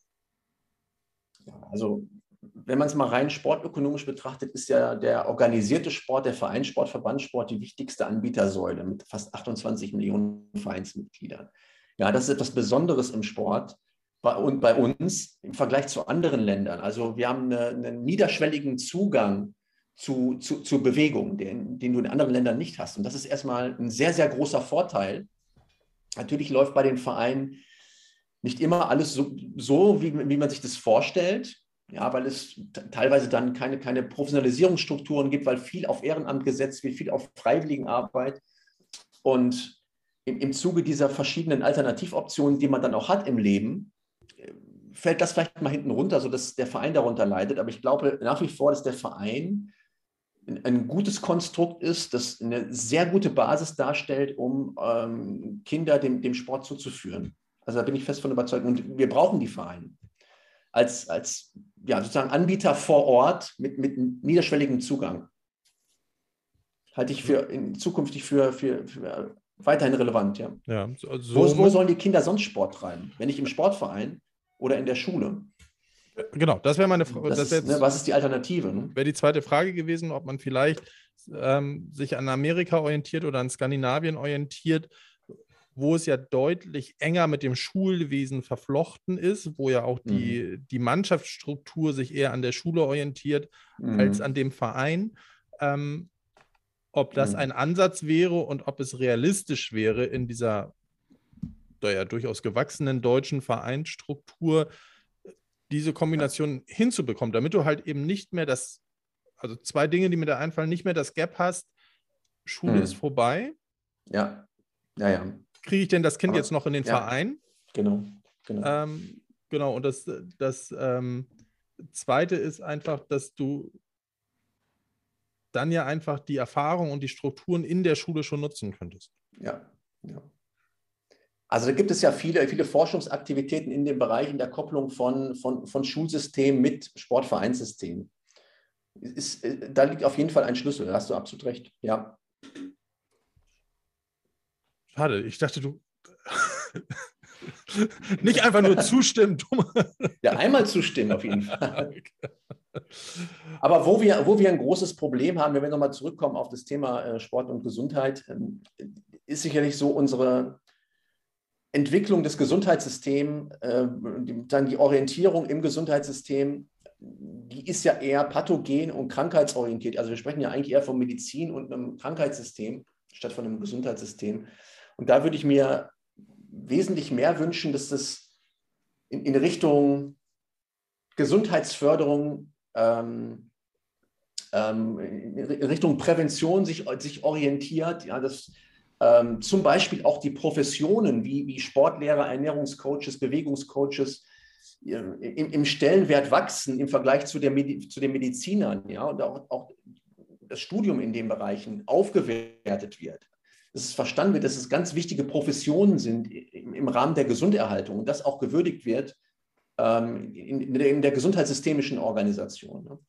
Ja, also wenn man es mal rein sportökonomisch betrachtet, ist ja der organisierte Sport, der Vereinssport, Verbandssport die wichtigste Anbietersäule mit fast achtundzwanzig Millionen Vereinsmitgliedern. Ja, das ist etwas Besonderes im Sport. Und bei uns im Vergleich zu anderen Ländern. Also wir haben eine, einen niederschwelligen Zugang zu, zu, zu Bewegung, den, den du in anderen Ländern nicht hast. Und das ist erstmal ein sehr, sehr großer Vorteil. Natürlich läuft bei den Vereinen nicht immer alles so, so wie, wie man sich das vorstellt. Ja, weil es teilweise dann keine, keine Professionalisierungsstrukturen gibt, weil viel auf Ehrenamt gesetzt wird, viel auf Freiwilligenarbeit. Und im, im Zuge dieser verschiedenen Alternativoptionen, die man dann auch hat im Leben, fällt das vielleicht mal hinten runter, sodass der Verein darunter leidet. Aber ich glaube nach wie vor, dass der Verein ein gutes Konstrukt ist, das eine sehr gute Basis darstellt, um ähm, Kinder dem, dem Sport zuzuführen. Also da bin ich fest von überzeugt. Und wir brauchen die Vereine als, als ja, sozusagen Anbieter vor Ort mit, mit niederschwelligem Zugang. Halte ich für in, zukünftig für, für, für weiterhin relevant. Ja. Ja, so, wo, wo sollen die Kinder sonst Sport treiben? Wenn nicht im Sportverein oder in der Schule? Genau, das wäre meine Frage. Ne, was ist die Alternative? Ne? Wäre die zweite Frage gewesen, ob man vielleicht ähm, sich an Amerika orientiert oder an Skandinavien orientiert, wo es ja deutlich enger mit dem Schulwesen verflochten ist, wo ja auch die, mhm. die Mannschaftsstruktur sich eher an der Schule orientiert mhm. als an dem Verein. Ähm, ob das mhm. ein Ansatz wäre und ob es realistisch wäre, in dieser ja, durchaus gewachsenen deutschen Vereinsstruktur diese Kombination ja. hinzubekommen, damit du halt eben nicht mehr das, also zwei Dinge, die mir da einfallen, nicht mehr das Gap hast, Schule mhm. ist vorbei. Ja, ja, ja. Kriege ich denn das Kind Aber, jetzt noch in den ja. Verein? Genau, genau. Ähm, genau, und das, das ähm, Zweite ist einfach, dass du dann ja einfach die Erfahrung und die Strukturen in der Schule schon nutzen könntest. Ja, ja. Also da gibt es ja viele, viele Forschungsaktivitäten in dem Bereich, in der Kopplung von, von, von Schulsystem mit Sportvereinssystem. Ist, da liegt auf jeden Fall ein Schlüssel, da hast du absolut recht, ja. Schade, ich dachte, du nicht einfach nur zustimmen. Ja, einmal zustimmen auf jeden Fall. Aber wo wir, wo wir ein großes Problem haben, wenn wir nochmal zurückkommen auf das Thema Sport und Gesundheit, ist sicherlich so unsere Entwicklung des Gesundheitssystems, dann die Orientierung im Gesundheitssystem, die ist ja eher pathogen und krankheitsorientiert. Also wir sprechen ja eigentlich eher von Medizin und einem Krankheitssystem statt von einem Gesundheitssystem. Und da würde ich mir wesentlich mehr wünschen, dass das in, in Richtung Gesundheitsförderung, ähm, ähm, in Richtung Prävention sich, sich orientiert, ja, dass ähm, zum Beispiel auch die Professionen wie, wie Sportlehrer, Ernährungscoaches, Bewegungscoaches im, im Stellenwert wachsen im Vergleich zu, der Medi- zu den Medizinern, ja, und auch, auch das Studium in den Bereichen aufgewertet wird. Dass es verstanden wird, dass es ganz wichtige Professionen sind im, im Rahmen der Gesunderhaltung und das auch gewürdigt wird ähm, in, in, der, in der gesundheitssystemischen Organisation. Ne?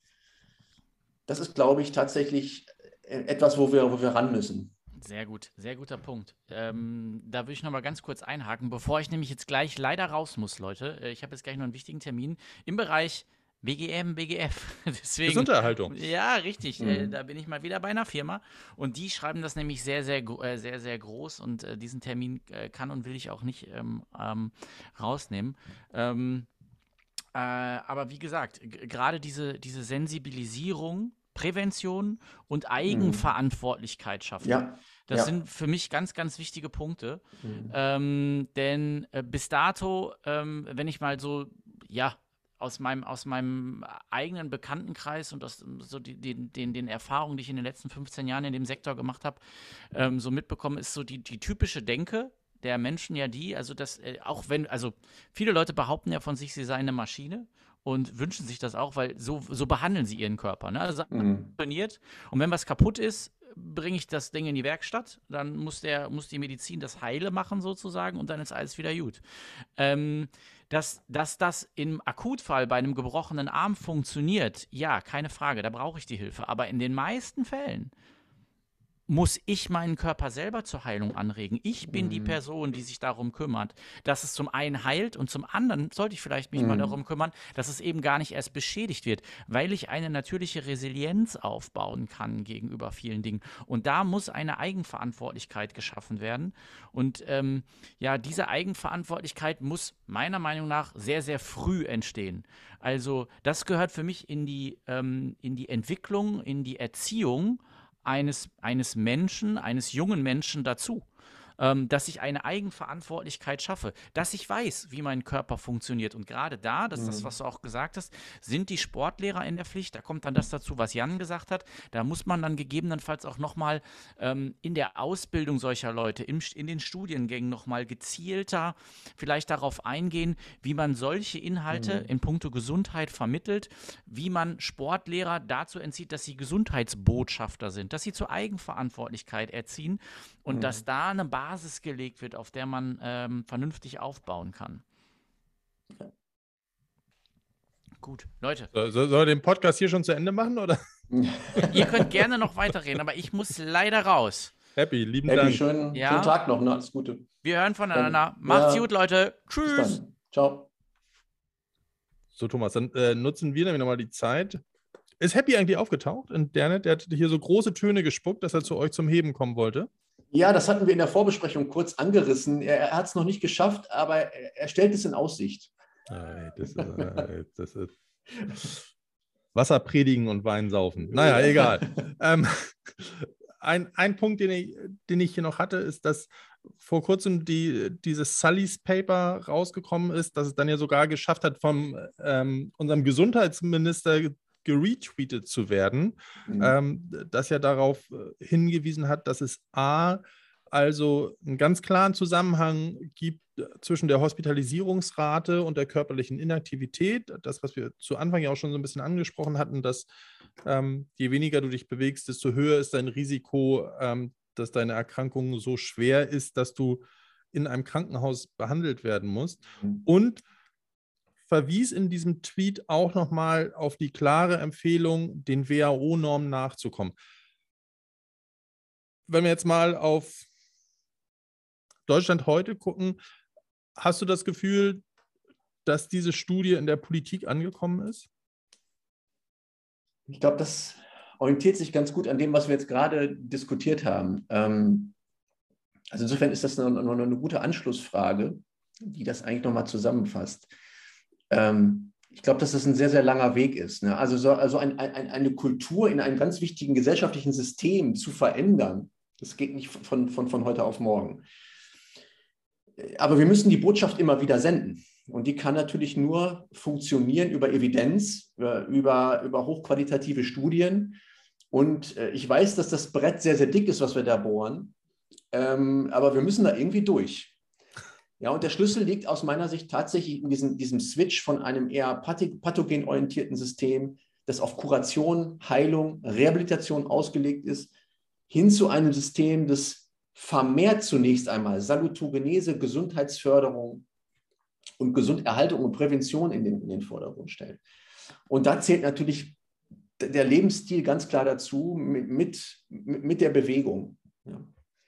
Das ist, glaube ich, tatsächlich etwas, wo wir, wo wir ran müssen. Sehr gut, sehr guter Punkt. Ähm, da würde ich noch mal ganz kurz einhaken, bevor ich nämlich jetzt gleich leider raus muss, Leute. Ich habe jetzt gleich noch einen wichtigen Termin im Bereich B G M, B G F. Deswegen, Gesunderhaltung. Ja, richtig. Mhm. Äh, da bin ich mal wieder bei einer Firma und die schreiben das nämlich sehr, sehr, äh, sehr, sehr groß und äh, diesen Termin äh, kann und will ich auch nicht ähm, ähm, rausnehmen. Ähm, äh, aber wie gesagt, g- gerade diese, diese Sensibilisierung, Prävention und Eigenverantwortlichkeit schaffen. Ja. Das ja. sind für mich ganz, ganz wichtige Punkte. Mhm. Ähm, denn äh, bis dato, ähm, wenn ich mal so, ja, aus meinem, aus meinem eigenen Bekanntenkreis und aus so die, den, den, den Erfahrungen, die ich in den letzten fünfzehn Jahren in dem Sektor gemacht habe, ähm, so mitbekommen, ist so die, die typische Denke der Menschen ja die, also dass, äh, auch wenn, also viele Leute behaupten ja von sich, sie seien eine Maschine und wünschen sich das auch, weil so, so behandeln sie ihren Körper. Ne? Also Mhm. funktioniert und wenn was kaputt ist, bringe ich das Ding in die Werkstatt, dann muss, der, muss die Medizin das Heile machen sozusagen und dann ist alles wieder gut. Ähm, dass, dass das im Akutfall bei einem gebrochenen Arm funktioniert, ja, keine Frage, da brauche ich die Hilfe. Aber in den meisten Fällen muss ich meinen Körper selber zur Heilung anregen. Ich bin die Mhm. Person, die sich darum kümmert, dass es zum einen heilt und zum anderen sollte ich vielleicht mich mal Mhm. darum kümmern, dass es eben gar nicht erst beschädigt wird, weil ich eine natürliche Resilienz aufbauen kann gegenüber vielen Dingen. Und da muss eine Eigenverantwortlichkeit geschaffen werden. Und ähm, ja, diese Eigenverantwortlichkeit muss meiner Meinung nach sehr, sehr früh entstehen. Also das gehört für mich in die, ähm, in die Entwicklung, in die Erziehung eines, eines Menschen, eines jungen Menschen dazu, ähm, dass ich eine Eigenverantwortlichkeit schaffe, dass ich weiß, wie mein Körper funktioniert. Und gerade da, das ist das, was du auch gesagt hast, sind die Sportlehrer in der Pflicht. Da kommt dann das dazu, was Jan gesagt hat. Da muss man dann gegebenenfalls auch nochmal ähm, in der Ausbildung solcher Leute, im, in den Studiengängen nochmal gezielter vielleicht darauf eingehen, wie man solche Inhalte Mhm. in puncto Gesundheit vermittelt, wie man Sportlehrer dazu entzieht, dass sie Gesundheitsbotschafter sind, dass sie zur Eigenverantwortlichkeit erziehen und Mhm. dass da eine Basis gelegt wird, auf der man ähm, vernünftig aufbauen kann. Gut, Leute, So, so, soll er den Podcast hier schon zu Ende machen? Oder? ihr könnt gerne noch weiterreden, aber ich muss leider raus. Happy, lieben Happy, Dank. schönen, Ja. schönen Tag noch, ne? Alles Gute. Wir hören voneinander. Dann- Macht's ja. gut, Leute. Bis Tschüss. dann. Ciao. So, Thomas, dann äh, nutzen wir nämlich nochmal die Zeit. Ist Happy eigentlich aufgetaucht in Dernet? Der hat hier so große Töne gespuckt, dass er zu euch zum Heben kommen wollte. Ja, das hatten wir in der Vorbesprechung kurz angerissen. Er, er hat es noch nicht geschafft, aber er, er stellt es in Aussicht. Ah, ey, das ist, äh, das ist Wasser predigen und Wein saufen. Naja, egal. ähm, ein, ein Punkt, den ich, den ich hier noch hatte, ist, dass vor kurzem die, dieses Sully's Paper rausgekommen ist, dass es dann ja sogar geschafft hat, von ähm, unserem Gesundheitsminister geretweetet zu werden, Mhm. ähm, das ja darauf äh, hingewiesen hat, dass es A, also einen ganz klaren Zusammenhang gibt zwischen der Hospitalisierungsrate und der körperlichen Inaktivität. Das, was wir zu Anfang ja auch schon so ein bisschen angesprochen hatten, dass ähm, je weniger du dich bewegst, desto höher ist dein Risiko, ähm, dass deine Erkrankung so schwer ist, dass du in einem Krankenhaus behandelt werden musst. Und verwies in diesem Tweet auch nochmal auf die klare Empfehlung, den W H O-Normen nachzukommen. Wenn wir jetzt mal auf Deutschland heute gucken, hast du das Gefühl, dass diese Studie in der Politik angekommen ist? Ich glaube, das orientiert sich ganz gut an dem, was wir jetzt gerade diskutiert haben. Ähm, also insofern ist das noch eine, eine gute Anschlussfrage, die das eigentlich nochmal zusammenfasst. Ähm, ich glaube, dass das ein sehr, sehr langer Weg ist. Ne? Also, so, also ein, ein, eine Kultur in einem ganz wichtigen gesellschaftlichen System zu verändern, das geht nicht von, von, von heute auf morgen. Aber wir müssen die Botschaft immer wieder senden. Und die kann natürlich nur funktionieren über Evidenz, über, über hochqualitative Studien. Und ich weiß, dass das Brett sehr, sehr dick ist, was wir da bohren. Aber wir müssen da irgendwie durch. Ja, und der Schlüssel liegt aus meiner Sicht tatsächlich in diesem, diesem Switch von einem eher pathogenorientierten System, das auf Kuration, Heilung, Rehabilitation ausgelegt ist, hin zu einem System, das vermehrt zunächst einmal Salutogenese, Gesundheitsförderung und Gesunderhaltung und Prävention in den, in den Vordergrund stellt. Und da zählt natürlich der Lebensstil ganz klar dazu mit, mit, mit der Bewegung. Ja.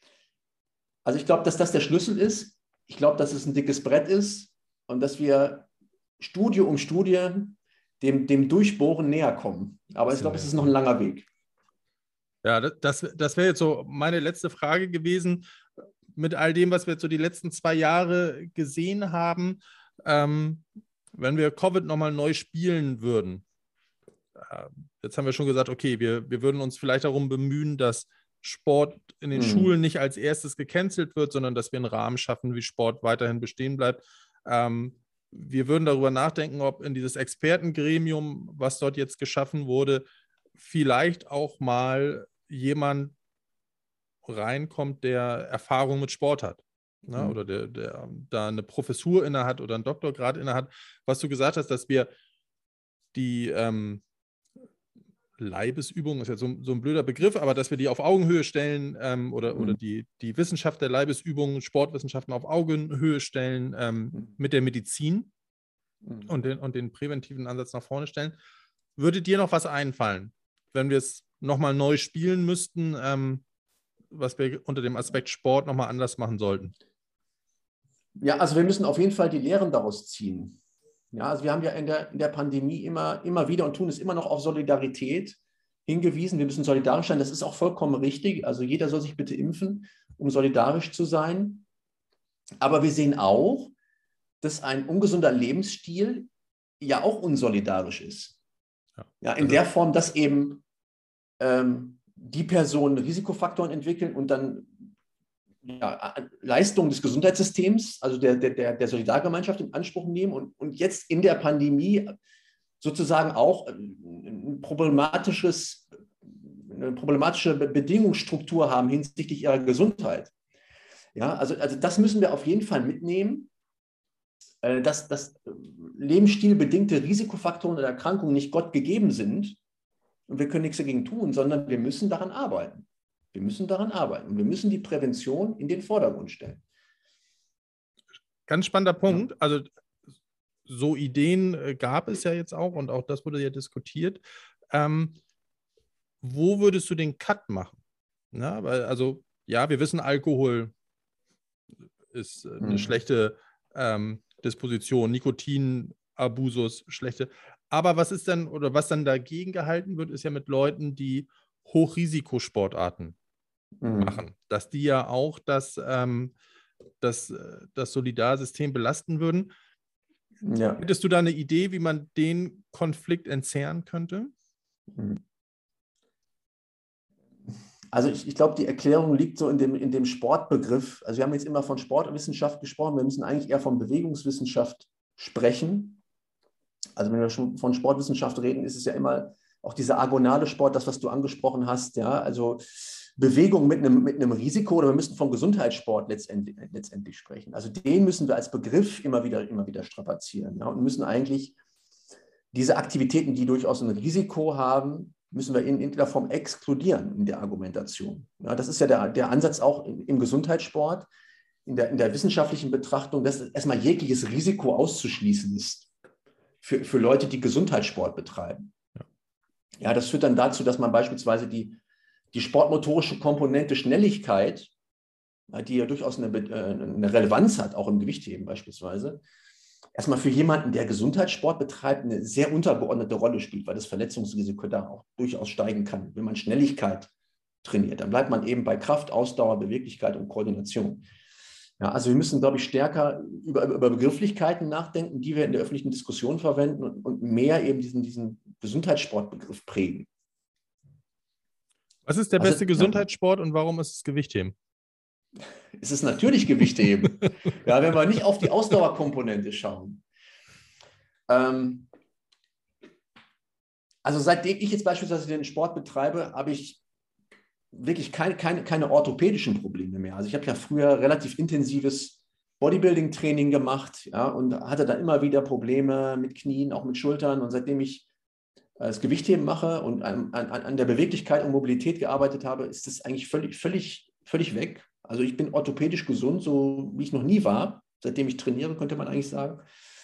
Also ich glaube, dass das der Schlüssel ist. Ich glaube, dass es ein dickes Brett ist und dass wir Studie um Studie dem, dem Durchbohren näher kommen. Aber ich glaube, es ist noch ein langer Weg. Ja, das, das wäre jetzt so meine letzte Frage gewesen. Mit all dem, was wir jetzt so die letzten zwei Jahre gesehen haben, ähm, wenn wir Covid nochmal neu spielen würden. Äh, jetzt haben wir schon gesagt, okay, wir, wir würden uns vielleicht darum bemühen, dass Sport in den mhm. Schulen nicht als erstes gecancelt wird, sondern dass wir einen Rahmen schaffen, wie Sport weiterhin bestehen bleibt. Ähm, wir würden darüber nachdenken, ob in dieses Expertengremium, was dort jetzt geschaffen wurde, vielleicht auch mal jemand reinkommt, der Erfahrung mit Sport hat. Ne? Mhm. Oder der, der da eine Professur inne hat oder einen Doktorgrad inne hat. Was du gesagt hast, dass wir die ähm, Leibesübung, ist ja so, so ein blöder Begriff, aber dass wir die auf Augenhöhe stellen ähm, oder, mhm. oder die, die Wissenschaft der Leibesübungen, Sportwissenschaften auf Augenhöhe stellen ähm, mhm. mit der Medizin mhm. und, den, und den präventiven Ansatz nach vorne stellen. Würde dir noch was einfallen, wenn wir es nochmal neu spielen müssten, ähm, was wir unter dem Aspekt Sport nochmal anders machen sollten? Ja, also wir müssen auf jeden Fall die Lehren daraus ziehen. Ja, also wir haben ja in der, in der Pandemie immer, immer wieder und tun es immer noch auf Solidarität hingewiesen. Wir müssen solidarisch sein, das ist auch vollkommen richtig. Also jeder soll sich bitte impfen, um solidarisch zu sein. Aber wir sehen auch, dass ein ungesunder Lebensstil ja auch unsolidarisch ist. Ja, ja in also der Form, dass eben ähm, die Personen Risikofaktoren entwickeln und dann ja, Leistungen des Gesundheitssystems, also der, der, der Solidargemeinschaft in Anspruch nehmen und, und jetzt in der Pandemie sozusagen auch ein problematisches, eine problematische Bedingungsstruktur haben hinsichtlich ihrer Gesundheit. Ja, also, also das müssen wir auf jeden Fall mitnehmen, dass, dass lebensstilbedingte Risikofaktoren oder Erkrankungen nicht Gott gegeben sind und wir können nichts dagegen tun, sondern wir müssen daran arbeiten. Wir müssen daran arbeiten und wir müssen die Prävention in den Vordergrund stellen. Ganz spannender Punkt. Ja. Also so Ideen gab es ja jetzt auch und auch das wurde ja diskutiert. Ähm, wo würdest du den Cut machen? Na, weil, also ja, wir wissen, Alkohol ist eine mhm. schlechte ähm, Disposition, Nikotin-Abusus, schlechte. Aber was ist denn, oder was dann dagegen gehalten wird, ist ja mit Leuten, die Hochrisikosportarten mhm. machen, dass die ja auch das, ähm, das, das Solidarsystem belasten würden. Ja. Hättest du da eine Idee, wie man den Konflikt entzerren könnte? Also ich, ich glaube, die Erklärung liegt so in dem, in dem Sportbegriff. Also wir haben jetzt immer von Sportwissenschaft gesprochen, wir müssen eigentlich eher von Bewegungswissenschaft sprechen. Also wenn wir schon von Sportwissenschaft reden, ist es ja immer auch dieser agonale Sport, das, was du angesprochen hast, ja, also Bewegung mit einem, mit einem Risiko, oder wir müssen vom Gesundheitssport letztendlich, letztendlich sprechen. Also den müssen wir als Begriff immer wieder, immer wieder strapazieren. Ja, und müssen eigentlich diese Aktivitäten, die durchaus ein Risiko haben, müssen wir in irgendeiner Form exkludieren in der Argumentation. Ja, das ist ja der, der Ansatz auch im Gesundheitssport, in der, in der wissenschaftlichen Betrachtung, dass erstmal jegliches Risiko auszuschließen ist für, für Leute, die Gesundheitssport betreiben. Ja. Ja, das führt dann dazu, dass man beispielsweise die, die sportmotorische Komponente Schnelligkeit, die ja durchaus eine, eine Relevanz hat, auch im Gewichtheben beispielsweise, erstmal für jemanden, der Gesundheitssport betreibt, eine sehr untergeordnete Rolle spielt, weil das Verletzungsrisiko da auch durchaus steigen kann. Wenn man Schnelligkeit trainiert, dann bleibt man eben bei Kraft, Ausdauer, Beweglichkeit und Koordination. Ja, also wir müssen, glaube ich, stärker über, über Begrifflichkeiten nachdenken, die wir in der öffentlichen Diskussion verwenden, und, und mehr eben diesen, diesen Gesundheitssportbegriff prägen. Was ist der also, beste Gesundheitssport und warum ist es Gewichtheben? Es ist natürlich Gewichtheben. Ja, wenn wir nicht auf die Ausdauerkomponente schauen. Ähm, also seitdem ich jetzt beispielsweise den Sport betreibe, habe ich wirklich keine, keine, keine orthopädischen Probleme mehr. Also ich habe ja früher relativ intensives Bodybuilding-Training gemacht, ja, und hatte da immer wieder Probleme mit Knien, auch mit Schultern. Und seitdem ich das Gewichtheben mache und an, an, an der Beweglichkeit und Mobilität gearbeitet habe, ist das eigentlich völlig, völlig, völlig weg. Also ich bin orthopädisch gesund, so wie ich noch nie war, seitdem ich trainiere, könnte man eigentlich sagen.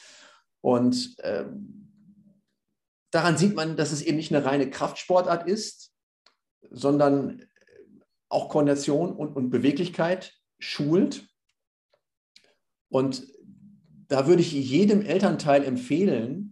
Und ähm, daran sieht man, dass es eben nicht eine reine Kraftsportart ist, sondern auch Koordination und, und Beweglichkeit schult. Und da würde ich jedem Elternteil empfehlen,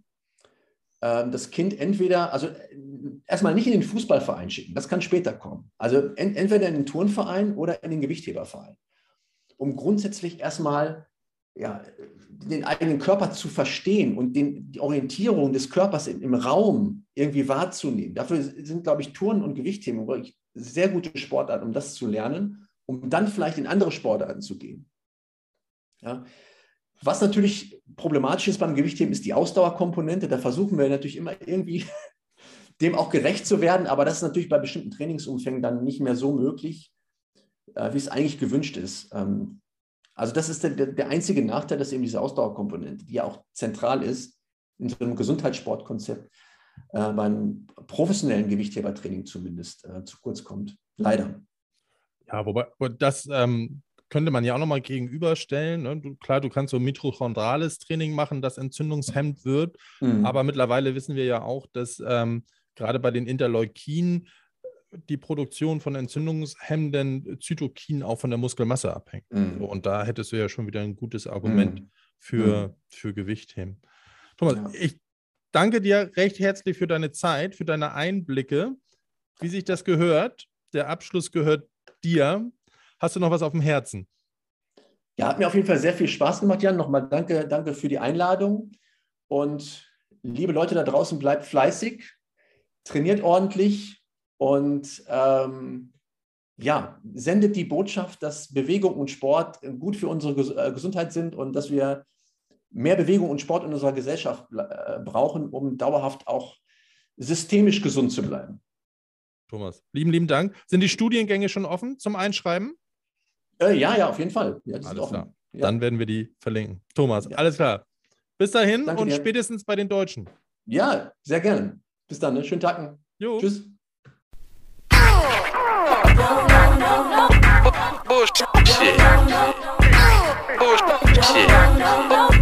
äh, das Kind entweder, also erstmal nicht in den Fußballverein schicken, das kann später kommen. Also ent, entweder in den Turnverein oder in den Gewichtheberverein, um grundsätzlich erstmal ja, den eigenen Körper zu verstehen und den, die Orientierung des Körpers im, im Raum irgendwie wahrzunehmen. Dafür sind, glaube ich, Turnen und Gewichtheben wirklich sehr gute Sportarten, um das zu lernen, um dann vielleicht in andere Sportarten zu gehen. Ja. Was natürlich problematisch ist beim Gewichtheben, ist die Ausdauerkomponente. Da versuchen wir natürlich immer irgendwie dem auch gerecht zu werden, aber das ist natürlich bei bestimmten Trainingsumfängen dann nicht mehr so möglich, äh, wie es eigentlich gewünscht ist. Ähm, also das ist der, der einzige Nachteil, dass eben diese Ausdauerkomponente, die ja auch zentral ist in so einem Gesundheitssportkonzept, äh, beim professionellen Gewichthebertraining zumindest äh, zu kurz kommt. Leider. Ja, wobei das ähm, könnte man ja auch nochmal gegenüberstellen. Ne? Du, klar, du kannst so mitochondrales Training machen, das entzündungshemmend wird, mhm. aber mittlerweile wissen wir ja auch, dass ähm, gerade bei den Interleukinen die Produktion von entzündungshemmenden Zytokinen auch von der Muskelmasse abhängt. Mhm. So, und da hättest du ja schon wieder ein gutes Argument mhm. für, mhm. für Gewichtheben. Thomas, ja. ich danke dir recht herzlich für deine Zeit, für deine Einblicke, wie sich das gehört. Der Abschluss gehört dir. Hast du noch was auf dem Herzen? Ja, hat mir auf jeden Fall sehr viel Spaß gemacht, Jan. Nochmal danke, danke für die Einladung. Und liebe Leute da draußen, bleibt fleißig, trainiert ordentlich und ähm, ja, sendet die Botschaft, dass Bewegung und Sport gut für unsere Gesundheit sind und dass wir mehr Bewegung und Sport in unserer Gesellschaft äh, brauchen, um dauerhaft auch systemisch gesund zu bleiben. Thomas, lieben, lieben Dank. Sind die Studiengänge schon offen zum Einschreiben? Äh, ja, ja, auf jeden Fall. Ja, alles klar. Ja. Dann werden wir die verlinken. Thomas, ja. Alles klar. Bis dahin. Danke und dir. Spätestens bei den Deutschen. Ja, sehr gerne. Bis dann. Ne? Schönen Tag. Jo. Tschüss. Bullshit. Bullshit.